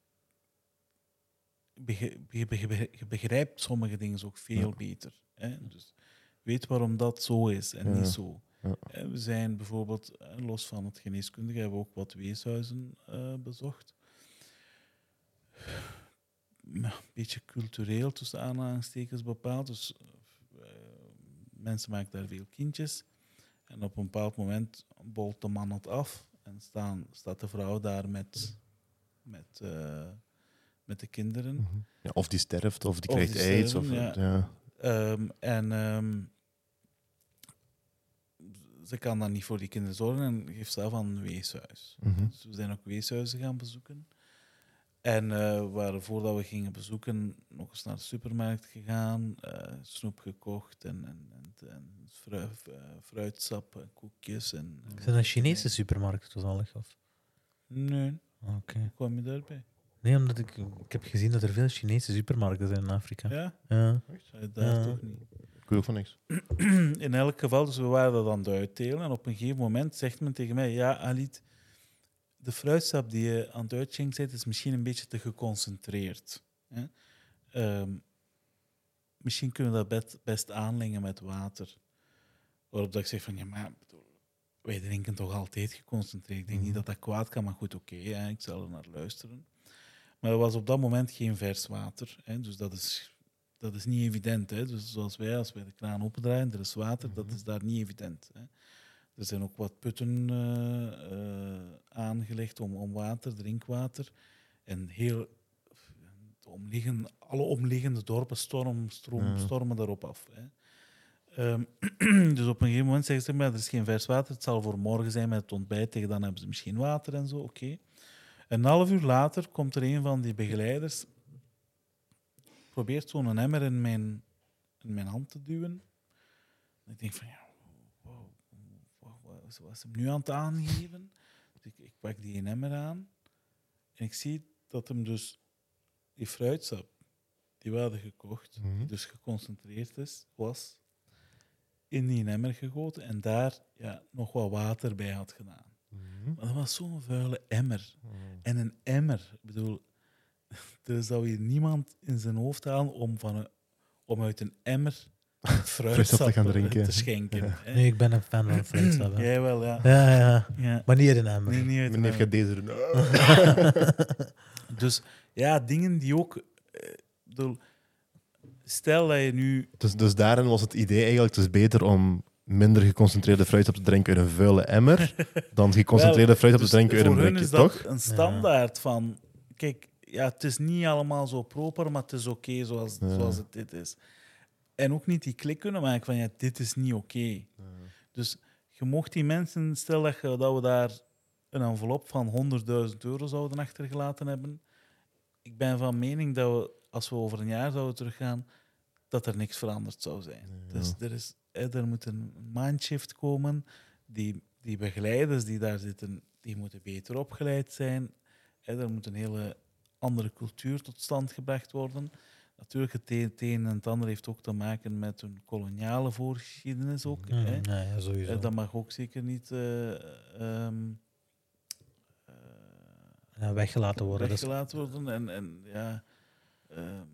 bege- je bege- je begrijpt sommige dingen ook veel Ja. beter. Hè? Dus weet waarom dat zo is en Ja. niet zo. Ja. Eh, We zijn bijvoorbeeld, eh, los van het geneeskundige, hebben we ook wat weeshuizen eh, bezocht. Ja, een beetje cultureel tussen aanhalingstekens bepaald. Dus eh, mensen maken daar veel kindjes. En op een bepaald moment bolt de man het af en staan, staat de vrouw daar met, met, eh, met de kinderen. Mhm. Ja, of die sterft, of die Of krijgt die aids. Of, sterven, ja. ja. Ehm, en ehm, ze kan dan niet voor die kinderen zorgen en geeft zelf aan een weeshuis. Mhm. Dus we zijn ook weeshuizen gaan bezoeken. En eh, we waren voordat we gingen bezoeken nog eens naar de supermarkt gegaan, eh, snoep gekocht en, en, en, en frui- eh, fruitsap en koekjes. En, Is dat een Chinese supermarkt toevallig? Of? Nee, Oké. hoe kwam je daarbij? Nee, omdat ik, ik heb gezien dat er veel Chinese supermarkten zijn in Afrika. Ja, Ja. Eh, daar Ja. toch niet. Ik weet ook van niks. In elk geval, dus we waren dat aan het uitdelen. En op een gegeven moment zegt men tegen mij: ja, Alit, de fruitsap die je aan het uitschenken bent, is misschien een beetje te geconcentreerd. Hè? Ehm, misschien kunnen we dat best, best aanlengen met water. Waarop dat ik zeg van, ja, maar bedoel, wij drinken toch altijd geconcentreerd. Ik denk niet dat dat kwaad kan, maar goed, oké, hè, ik zal er naar luisteren. Maar er was op dat moment geen vers water. Hè, dus dat is, dat is niet evident. Hè. Dus zoals wij, als wij de kraan opendraaien, er is water, dat is daar niet evident. Hè. Er zijn ook wat putten eh, eh, aangelegd om, om water, drinkwater. En heel, de omliggende, alle omliggende dorpen storm, stroom, Ja. stormen daarop af. Hè. Ehm, dus op een gegeven moment zeggen ze, maar er is geen vers water, het zal voor morgen zijn met het ontbijt, tegen dan hebben ze misschien water en zo, oké. Een half uur later komt er een van die begeleiders, probeert zo'n emmer in mijn, in mijn hand te duwen. En ik denk van, ja, wow, wat, wat, wat is hem nu aan het aangeven? Dus ik, ik pak die emmer aan en ik zie dat hem dus die fruitsap die we hadden gekocht, Mhm. die dus geconcentreerd is, was, in die emmer gegoten en daar ja, nog wat water bij had gedaan. Mhm. Maar dat was zo'n vuile emmer. Mhm. En een emmer, ik bedoel, er zou hier niemand in zijn hoofd halen om, van een, om uit een emmer fruitsap te gaan drinken. te schenken. Ja. hè. Nee, ik ben een fan van fruitsap. hè. Jij wel, ja. Ja, ja. ja. Maar niet in een emmer. Nee, niet uit een Meneer emmer. gaat deze doen. Dus ja, dingen die ook... eh, ik bedoel, stel dat je nu... Dus, dus daarin was het idee eigenlijk, het is beter om minder geconcentreerde fruitsap te drinken uit een vuile emmer dan geconcentreerde Wel, fruitsap dus te drinken uit voor een hun blikje, is dat toch? een standaard van... Kijk, ja, het is niet allemaal zo proper, maar het is oké zoals, Ja. zoals het dit is. En ook niet die klik kunnen maken van, ja, dit is niet oké. Dus je mocht die mensen... Stel dat, je, dat we daar een envelop van honderdduizend euro zouden achtergelaten hebben. Ik ben van mening dat we, als we over een jaar zouden teruggaan, dat er niks veranderd zou zijn. Ja. Dus er, is, hè, er moet een mindshift komen. Die, die begeleiders die daar zitten, die moeten beter opgeleid zijn. Hè, er moet een hele andere cultuur tot stand gebracht worden. Natuurlijk, het een, het een en het ander heeft ook te maken met een koloniale voorgeschiedenis ook. Mm, Hè. nee, ja, sowieso. Eh, Dat mag ook zeker niet eh, ehm, eh, Ja, weggelaten worden. Dat is- weggelaten worden. En, en, ja, ehm,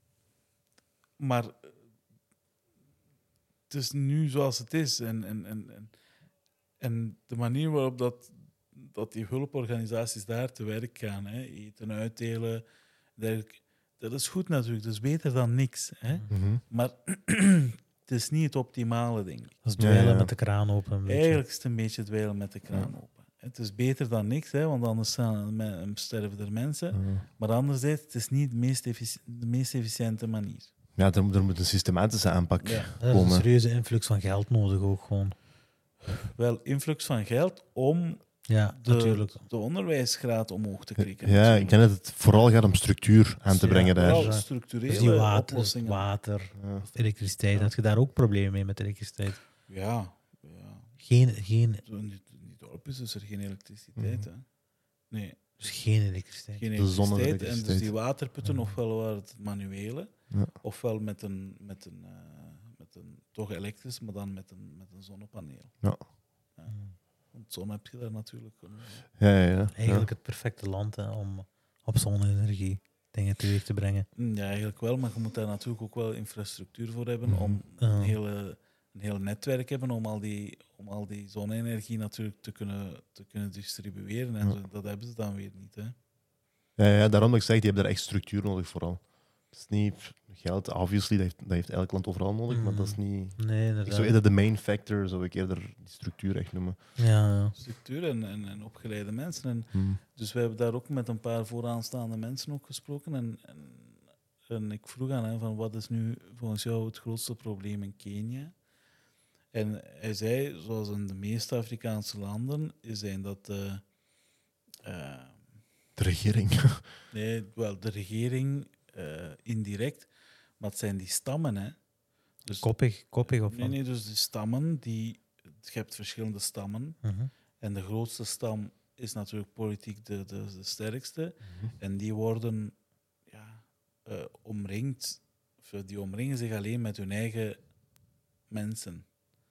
maar het is nu zoals het is. En, en, en, en, En de manier waarop dat, dat die hulporganisaties daar te werk gaan, hè, eten uitdelen, dergelijke, dat is goed natuurlijk, dat is beter dan niks. Hè. Mhm. Maar het is niet het optimale, denk ik. Dat is Ja, dweilen ja. met de kraan open. Een beetje. Eigenlijk is het een beetje dweilen met de kraan open. Het is beter dan niks, hè, want anders staan, me- sterven er mensen. Mhm. Maar anderzijds, het is niet de meest, effici- de meest efficiënte manier. Ja, er, moet- er moet een systematische aanpak Ja. Er is een komen. serieuze influx van geld nodig ook gewoon. Wel, influx van geld om Ja, de, natuurlijk. de onderwijsgraad omhoog te krikken. Ja, natuurlijk. ik denk dat het vooral gaat om structuur aan te Ja, brengen daar. Vooral Dus structurele die water, oplossingen. water Ja. of elektriciteit. Ja. Had je daar ook problemen mee met elektriciteit? Ja, ja. Geen, geen, In die, in die dorpen is er geen elektriciteit. Hè. Nee, dus geen elektriciteit. geen De elektriciteit. En dus zonne-elektriciteit. die waterputten, Ja. ofwel waren het manuele, Ja. ofwel met een, met een, eh, met een toch elektrisch, maar dan met een, met een zonnepaneel. Ja. Ja. Want zon heb je daar natuurlijk. genoeg, Ja, ja, ja. Eigenlijk het perfecte land hè, om op zonne-energie dingen teweeg te brengen. hè. Ja, eigenlijk wel, maar je moet daar natuurlijk ook wel infrastructuur voor hebben Mhm. om Ja. een, hele, een heel netwerk hebben om al die, om al die zonne-energie natuurlijk te kunnen, te kunnen distribueren. En Ja. zo. Dat hebben ze dan weer niet. Hè. Ja, ja, daarom dat ik zeg, die hebben daar echt structuur nodig vooral. Het is niet geld, obviously, dat heeft, dat heeft elk land overal nodig, maar dat is niet... Nee, Ik inderdaad. zou eerder de main factor, zou ik eerder die structuur echt noemen. Ja, ja. Structuur en, en, en opgeleide mensen. En Hmm. dus we hebben daar ook met een paar vooraanstaande mensen ook gesproken. En, en, en ik vroeg aan hem van wat is nu volgens jou het grootste probleem in Kenia? En hij zei, zoals in de meeste Afrikaanse landen, is zijn dat de, eh, De regering. nee, wel de regering eh, indirect, maar het zijn die stammen. Hè. Dus, Koppig, koppig of nee, wat? nee, dus de stammen, die, je hebt verschillende stammen. Mhm. En de grootste stam is natuurlijk politiek de, de, de sterkste. Mhm. En die worden ja, eh, omringd, of die omringen zich alleen met hun eigen mensen.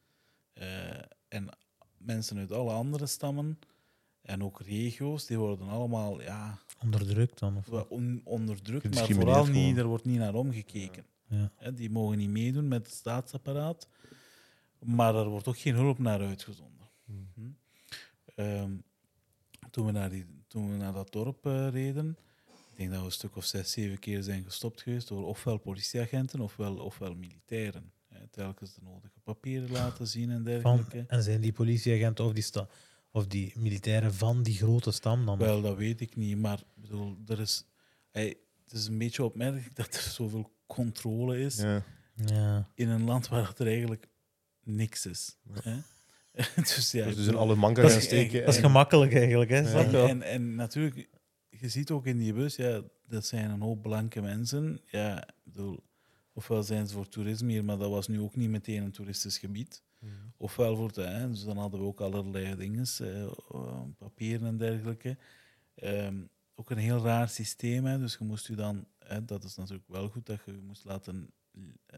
Eh, en mensen uit alle andere stammen en ook regio's, die worden allemaal ja, Onderdrukt dan? Of wel wat? on- onderdrukt, maar Gediscrimineerd vooral niet, gewoon. er wordt niet naar omgekeken. Ja. Hè, die mogen niet meedoen met het staatsapparaat, maar er wordt ook geen hulp naar uitgezonden. Hmm. Hm? Ehm, toen, we naar die, toen we naar dat dorp eh, reden, ik denk dat we een stuk of zes, zeven keer zijn gestopt geweest door ofwel politieagenten ofwel, ofwel militairen. Hè, telkens de nodige papieren laten zien en Van, dergelijke. en zijn die politieagenten of die, sta, of die militairen van die grote stam dan? Wel, dat weet ik niet, maar ik bedoel, er is, hey, het is een beetje opmerkelijk dat er zoveel controle is Ja. Ja. in een land waar er eigenlijk niks is. Hè? dus ja, Dus ik in bedoel, alle manken dat gaan is- steken. Dat is en- gemakkelijk eigenlijk, hè? Snap je En, wel? en, en natuurlijk, je ziet ook in die bus, ja, dat zijn een hoop blanke mensen. Ja, ik bedoel, ofwel zijn ze voor toerisme hier, maar dat was nu ook niet meteen een toeristisch gebied. Ofwel voor de, hè, dus dan hadden we ook allerlei dingen, eh, eh, papieren en dergelijke. Ehm, ook een heel raar systeem, hè, dus je moest je dan, hè, dat is natuurlijk wel goed, dat je je moest laten eh,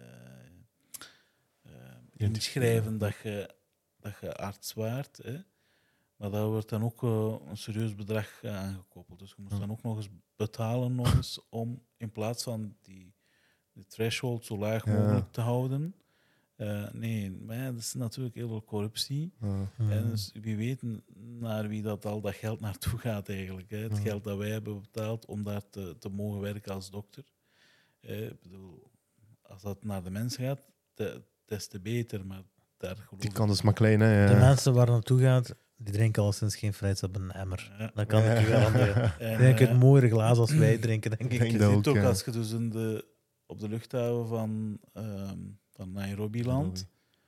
eh, inschrijven dat je, dat je arts waart. Hè. Maar daar wordt dan ook eh, een serieus bedrag eh, aangekoppeld. Dus je moest Ja. dan ook nog eens betalen nog eens om in plaats van die, die threshold zo laag Ja. mogelijk te houden. Eh, nee, maar ja, dat is natuurlijk heel veel corruptie. Ja. En dus wie weet naar wie dat al dat geld naartoe gaat eigenlijk. Hè. Het Ja. geld dat wij hebben betaald om daar te, te mogen werken als dokter. Eh, ik bedoel, als dat naar de mens gaat, te, des te beter. Maar daar geloof Die ik kans is maar klein, hè. De Ja. mensen waar het naartoe gaat, die drinken al sinds geen fruits op een emmer. Ja. Dat kan ik je garanderen. En, Ik denk het eh, mooiere glaas als wij drinken, denk ik. denk je dat ziet ook, ook ja. als je dus in de, op de luchthaven van, ehm, van Nairobi landt,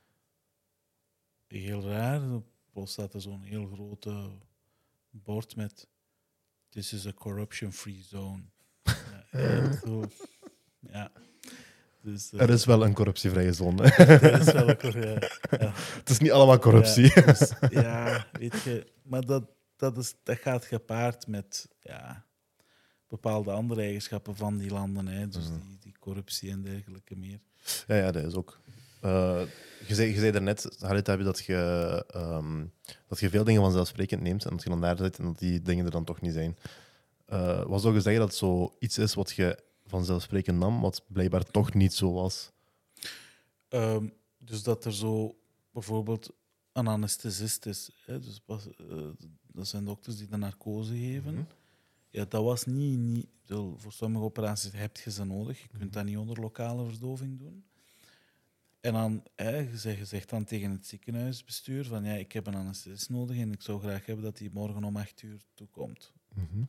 heel raar, plots staat er zo'n heel grote bord met "This is a corruption-free zone". Ja, echt zo. Ja. Dus, eh, Er is wel een corruptievrije zone. er is wel een cor- ja. Ja. Het is niet allemaal corruptie. Ja, dus, ja, weet je, maar dat, dat, is, dat gaat gepaard met ja, bepaalde andere eigenschappen van die landen. Hè. Dus Mhm. die, die corruptie en dergelijke meer. Ja, ja, dat is ook. Eh, je zei, je zei daarnet, Harit, heb je dat je, ehm, dat je veel dingen vanzelfsprekend neemt en dat je dan daar zit en dat die dingen er dan toch niet zijn. Eh wat zou je zeggen dat zo iets is wat je vanzelfsprekend nam, wat blijkbaar toch niet zo was? Ehm, dus dat er zo bijvoorbeeld een anesthesist is. Hè, dus pas, uh, dat zijn dokters die de narcose geven. Mm-hmm. Ja, dat was niet... niet voor sommige operaties heb je ze nodig. Je kunt dat niet onder lokale verdoving doen. En dan, hè, je, zegt, je zegt dan tegen het ziekenhuisbestuur van ja, ik heb een anesthesist nodig en ik zou graag hebben dat hij morgen om acht uur toekomt. Mm-hmm.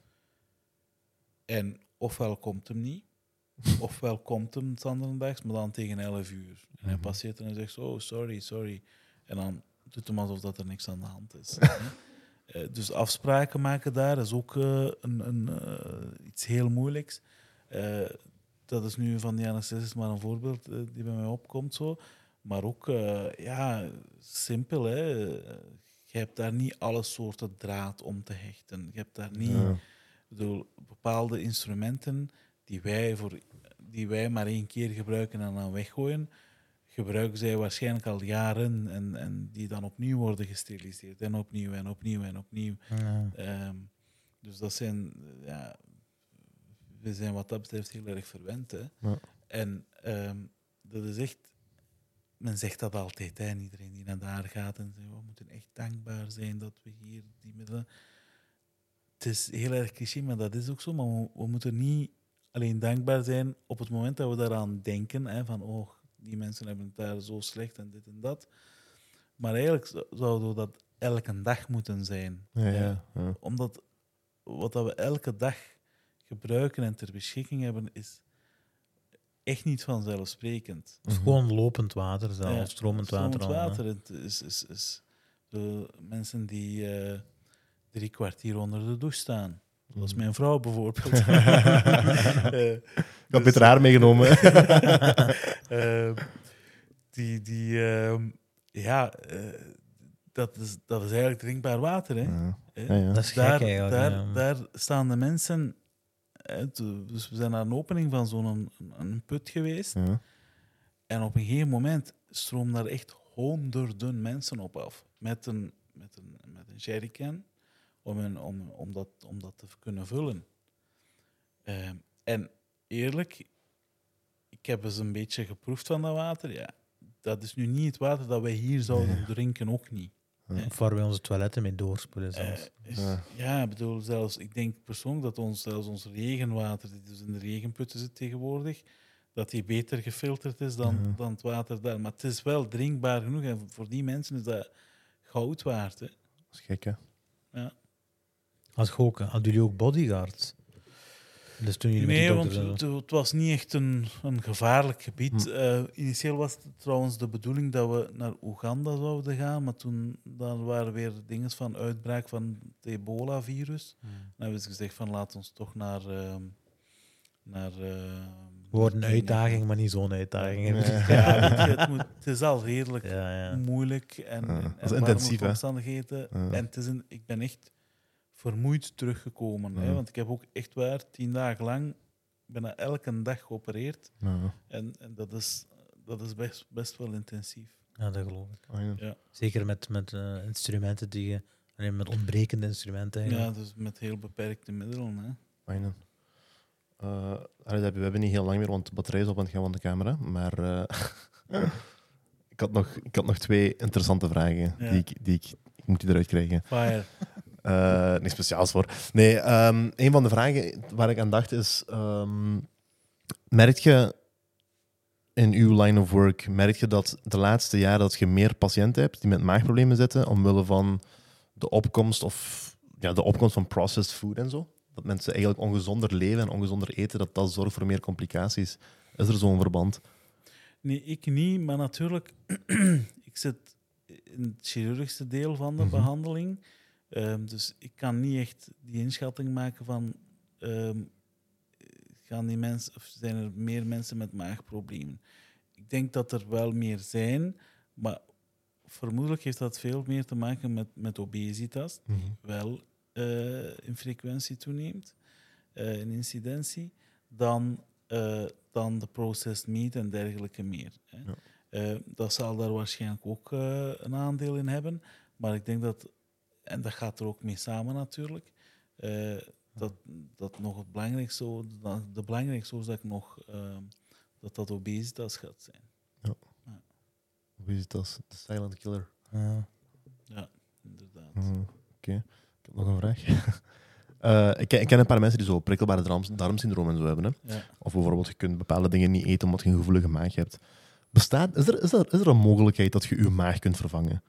En ofwel komt hem niet, ofwel komt hem zanderdags, maar dan tegen elf uur. En hij Mm-hmm. passeert en hij zegt, oh, sorry, sorry. En dan doet hem alsof dat er niks aan de hand is. uh, dus afspraken maken daar is ook uh, een, een, uh, iets heel moeilijks. Uh, dat is nu van die anesthesist maar een voorbeeld uh, die bij mij opkomt. Zo. Maar ook, uh, ja, simpel. Hè. Uh, je hebt daar niet alle soorten draad om te hechten. Je hebt daar niet... Ja. Ik bedoel, bepaalde instrumenten die wij, voor, die wij maar één keer gebruiken en dan weggooien, gebruiken zij waarschijnlijk al jaren en, en die dan opnieuw worden gesteriliseerd. En opnieuw en opnieuw en opnieuw. Ja. Um, dus dat zijn... Ja, we zijn wat dat betreft heel erg verwend. Hè. Ja. En um, dat is echt... Men zegt dat altijd, hè. Iedereen die naar daar gaat en zegt, we moeten echt dankbaar zijn dat we hier die middelen... Het is heel erg cliché, maar dat is ook zo. Maar we, we moeten niet alleen dankbaar zijn op het moment dat we daaraan denken. Hè, van, oh, die mensen hebben het daar zo slecht en dit en dat. Maar eigenlijk zouden we dat elke dag moeten zijn. Ja, ja, ja. Omdat wat dat we elke dag gebruiken en ter beschikking hebben, is echt niet vanzelfsprekend. Het is gewoon lopend water, zelfs, Ja, stromend water. Stromend al, water het is, is, is de mensen die... Uh, drie kwartier onder de douche staan. Dat is mijn vrouw bijvoorbeeld. uh, ik had beter haar meegenomen. uh, die, die uh, ja, uh, dat, is, dat is eigenlijk drinkbaar water. Hè? Ja. Uh, ja, ja. Dat is daar, gek eigenlijk. Daar, Ja. daar staan de mensen... Uh, dus we zijn naar een opening van zo'n een, een put geweest. Ja. En op een gegeven moment stroomden daar echt honderden mensen op af. Met een, met een, met een jerrycan. Om, een, om, om, dat, om dat te kunnen vullen. Uh, en eerlijk, ik heb eens een beetje geproefd van dat water. Ja, dat is nu niet het water dat wij hier zouden nee. drinken, ook niet. Ja. Of waar we onze toiletten mee doorspoelen zelfs. Uh, is, ja, ja ik bedoel, zelfs, ik denk persoonlijk dat ons, zelfs ons regenwater, die dus in de regenputten zit tegenwoordig, dat die beter gefilterd is dan, uh-huh. dan het water daar. Maar het is wel drinkbaar genoeg en voor die mensen is dat goud waard. Hè. Dat is gek, hè? Ja. Als je ook, hadden jullie ook bodyguards? Dus toen jullie nee, met want het, het was niet echt een, een gevaarlijk gebied. Hm. Uh, initieel was het trouwens de bedoeling dat we naar Oeganda zouden gaan, maar toen dan waren weer dingen van uitbraak van het ebola-virus. Hm. Dan hebben ze gezegd van laat ons toch naar... Uh, naar uh, Wordt een uitdaging, maar niet zo'n uitdaging. Nee. Ja, weet je, het, moet, het is al redelijk ja, ja. moeilijk en, ja, en, dat is en intensief, hè? omstandigheden. Ja. En het is een, ik ben echt vermoeid teruggekomen. Ja. Hè, want ik heb ook echt waar tien dagen lang bijna elke dag geopereerd. Ja. En, en dat is, dat is best, best wel intensief. Ja, dat geloof ik. Oh, ja. Ja. Zeker met, met uh, instrumenten die je... Nee, met ontbrekende instrumenten eigenlijk. Ja, dus met heel beperkte middelen. Hè. Fijn. Uh, we hebben niet heel lang meer, want de batterij is op aan het gaan van de camera. Maar uh, ik, had nog, ik had nog twee interessante vragen ja. die, ik, die ik... Ik moet die eruit krijgen. Fire. Uh, niks speciaals voor. Nee, um, een van de vragen waar ik aan dacht is... Um, merk je in uw line of work, merk je dat de laatste jaren dat je meer patiënten hebt die met maagproblemen zitten omwille van de opkomst of ja, de opkomst van processed food en zo? Dat mensen eigenlijk ongezonder leven en ongezonder eten, dat dat zorgt voor meer complicaties. Is er zo'n verband? Nee, ik niet, maar natuurlijk... ik zit in het chirurgische deel van de mm-hmm. behandeling. Um, dus ik kan niet echt die inschatting maken van... Um, gaan die mensen, of zijn er meer mensen met maagproblemen? Ik denk dat er wel meer zijn, maar vermoedelijk heeft dat veel meer te maken met, met obesitas, die mm-hmm. wel uh, in frequentie toeneemt, uh, in incidentie, dan, uh, dan de processed meat en dergelijke meer. Hè. Ja. Uh, dat zal daar waarschijnlijk ook uh, een aandeel in hebben, maar ik denk dat, en dat gaat er ook mee samen natuurlijk, uh, dat, dat nog het belangrijkste, de belangrijkste oorzaak nog, uh, dat dat obesitas gaat zijn. Ja. Ja. Obesitas, de silent killer. Ja. Ja, inderdaad. Uh, Oké, okay. Ik heb nog een vraag. uh, ik, ken, ik ken een paar mensen die zo prikkelbare darm, darmsyndroom en zo hebben. Hè? Ja. Of bijvoorbeeld, je kunt bepaalde dingen niet eten omdat je een gevoelige maag hebt. Bestaat, is, er, is, er, is er een mogelijkheid dat je je maag kunt vervangen?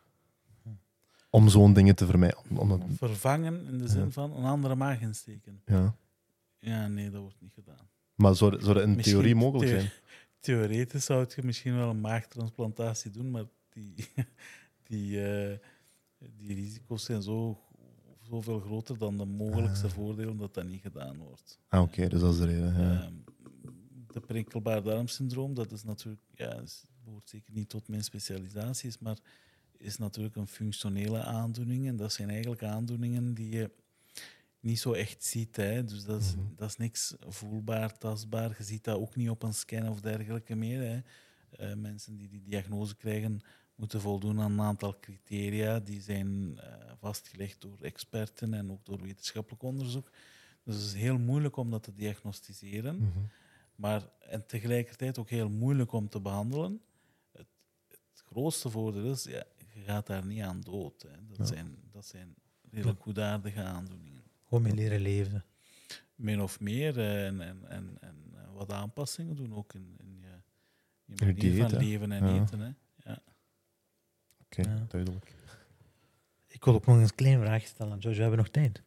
Om zo'n dingen te vermijden? Om, om dat... Vervangen in de zin Ja. van een andere maag insteken? Ja. Ja, nee, dat wordt niet gedaan. Maar zou, zou dat in Misschien theorie mogelijk theo- zijn? Theoretisch zou je misschien wel een maagtransplantatie doen, maar die, die, uh, die risico's zijn zo, zoveel groter dan de mogelijkste Ah. voordelen dat dat niet gedaan wordt. Ah, oké, okay, dus dat is de reden. Ja. Um, de prikkelbaar darmsyndroom, dat is natuurlijk, ja, is, behoort zeker niet tot mijn specialisaties, maar is natuurlijk een functionele aandoening. En dat zijn eigenlijk aandoeningen die je niet zo echt ziet. Hè. Dus dat is, Mm-hmm. dat is niks voelbaar, tastbaar. Je ziet dat ook niet op een scan of dergelijke meer. Hè. Uh, mensen die die diagnose krijgen, moeten voldoen aan een aantal criteria. Die zijn uh, vastgelegd door experten en ook door wetenschappelijk onderzoek. Dus het is heel moeilijk om dat te diagnosticeren. Mm-hmm. Maar en tegelijkertijd ook heel moeilijk om te behandelen. Het, het grootste voordeel is, ja, je gaat daar niet aan dood. Hè. Dat, Ja. zijn, dat zijn redelijk goedaardige aandoeningen. Gewoon mee leren leven. Min of meer. En, en, en, en wat aanpassingen doen ook in, in je, je Je manier dieet, van hè? leven en Ja. eten. Hè. Ja. Oké, okay, Ja. duidelijk. Ik wil ook nog een klein vraag stellen. George, we hebben nog tijd.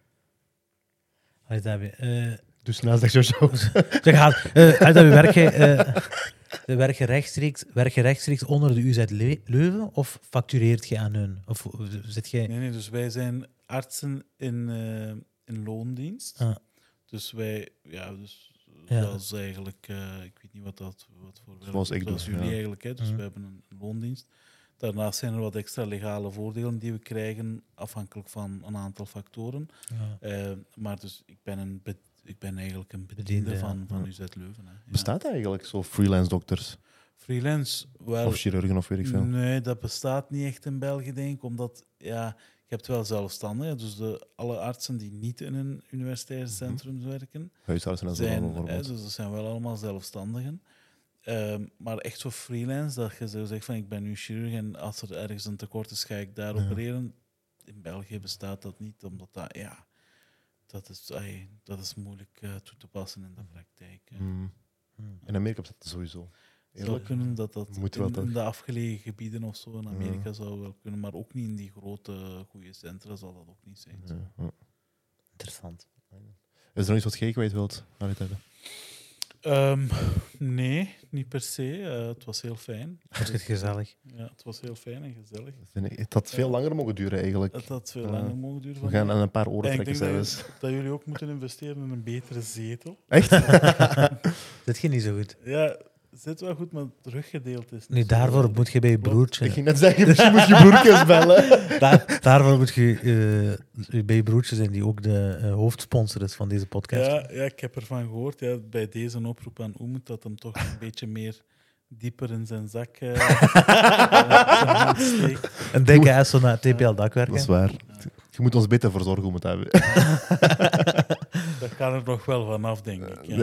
Allee, dat heb je. Uh, Dus naast dat Jojo. Zeg, gaat, uh, dat we werken, uh, we werken, rechtstreeks, werken rechtstreeks onder de U Z Le- Leuven of factureert je aan hun? Of zit jij... Nee, nee, dus wij zijn artsen in, uh, in loondienst. Ah. Dus wij, ja, dus Ja. dat is eigenlijk, uh, ik weet niet wat dat wat voor werk Zoals ik dat is doe, jullie ja. eigenlijk, hè. Dus Mhm. we hebben een loondienst. Daarnaast zijn er wat extra legale voordelen die we krijgen, afhankelijk van een aantal factoren. Ja. Uh, maar dus ik ben, een be- ik ben eigenlijk een bediende, Bediende, ja. van, van Ja. U Z Leuven. Hè. Ja. Bestaat dat eigenlijk, zo freelance dokters? Freelance, wel... Of chirurgen of weet ik veel? Nee, dat bestaat niet echt in België, denk ik. Omdat, ja, je hebt wel zelfstandigen. Dus de, alle artsen die niet in een universitair centrum mm-hmm. werken, huisartsen en zo zijn, bijvoorbeeld. Hè, dus dat zijn wel allemaal zelfstandigen. Um, maar echt zo freelance, dat je zo zegt van ik ben nu chirurg en als er ergens een tekort is, ga ik daar Ja. opereren. In België bestaat dat niet, omdat dat, ja, dat is, ay, dat is moeilijk uh, toe te passen in de praktijk. Hè. Mm. Hmm. In Amerika bestaat dat sowieso. Het zou kunnen dat dat Moet wel in, toch? in de afgelegen gebieden of zo in Amerika Ja. zou wel kunnen, maar ook niet in die grote, goede centra zal dat ook niet zijn. Ja, ja. Interessant. Is er nog iets wat jij kwijt wilt? hebben? Um, nee, niet per se. Uh, het was heel fijn. Was het gezellig? Ja, het was heel fijn en gezellig. Het had veel langer mogen duren eigenlijk. Het had veel Ja. langer mogen duren. We gaan aan een paar oren En ik trekken denk dat, zelfs. je- dat jullie ook moeten investeren in een betere zetel. Echt? Dat ging niet zo goed. Ja, het zit wel goed, maar het ruggedeelte is niet Nu, zo daarvoor geweldig. moet je bij je Klopt. broertje... Ik ging net zeggen, misschien moet je broertjes bellen. Daar, daarvoor moet je uh, bij je broertje zijn die ook de uh, hoofdsponsor is van deze podcast. Ja, ja, ik heb ervan gehoord. Ja, bij deze oproep aan Oemut dat hem toch een beetje meer dieper in zijn zak uh, zijn hand steekt. Een dikke ass van het T P L-dakwerk. Dat is waar. Je moet ons beter verzorgen om het te hebben. Daar kan er nog wel vanaf, denk ik. Ja.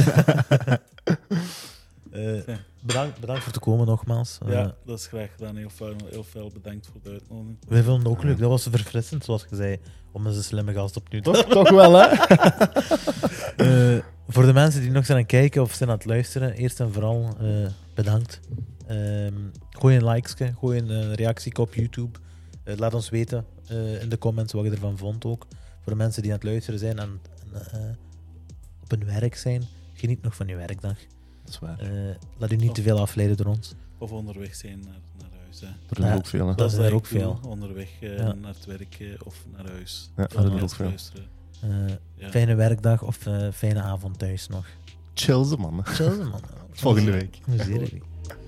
Uh, bedankt, bedankt voor te komen nogmaals. Uh, Ja, dat is graag gedaan. Heel veel, heel veel bedankt voor de uitnodiging. wij vonden het ook leuk. Dat was verfrissend, zoals je zei, om eens een slimme gast opnieuw te toch, toch wel, hè? uh, Voor de mensen die nog zijn aan het kijken of zijn aan het luisteren, eerst en vooral uh, bedankt. Um, gooi een like, gooi een uh, reactie op YouTube. Uh, laat ons weten uh, in de comments wat je ervan vond ook. Voor de mensen die aan het luisteren zijn en, en uh, op hun werk zijn, geniet nog van je werkdag. Dat is waar. Uh, laat u niet te veel afleiden door ons. Of onderweg zijn naar, naar huis. Hè. Er is Ja. ook veel, hè? Dat is er ook ik doe, veel. Onderweg uh, Ja. naar het werk uh, of naar huis. Ja, Dat dat is is ook veel. luisteren. Uh, Ja. Fijne werkdag of uh, fijne avond thuis nog. Chill ze, man. Chill, man. Volgende week. Amuseer jullie.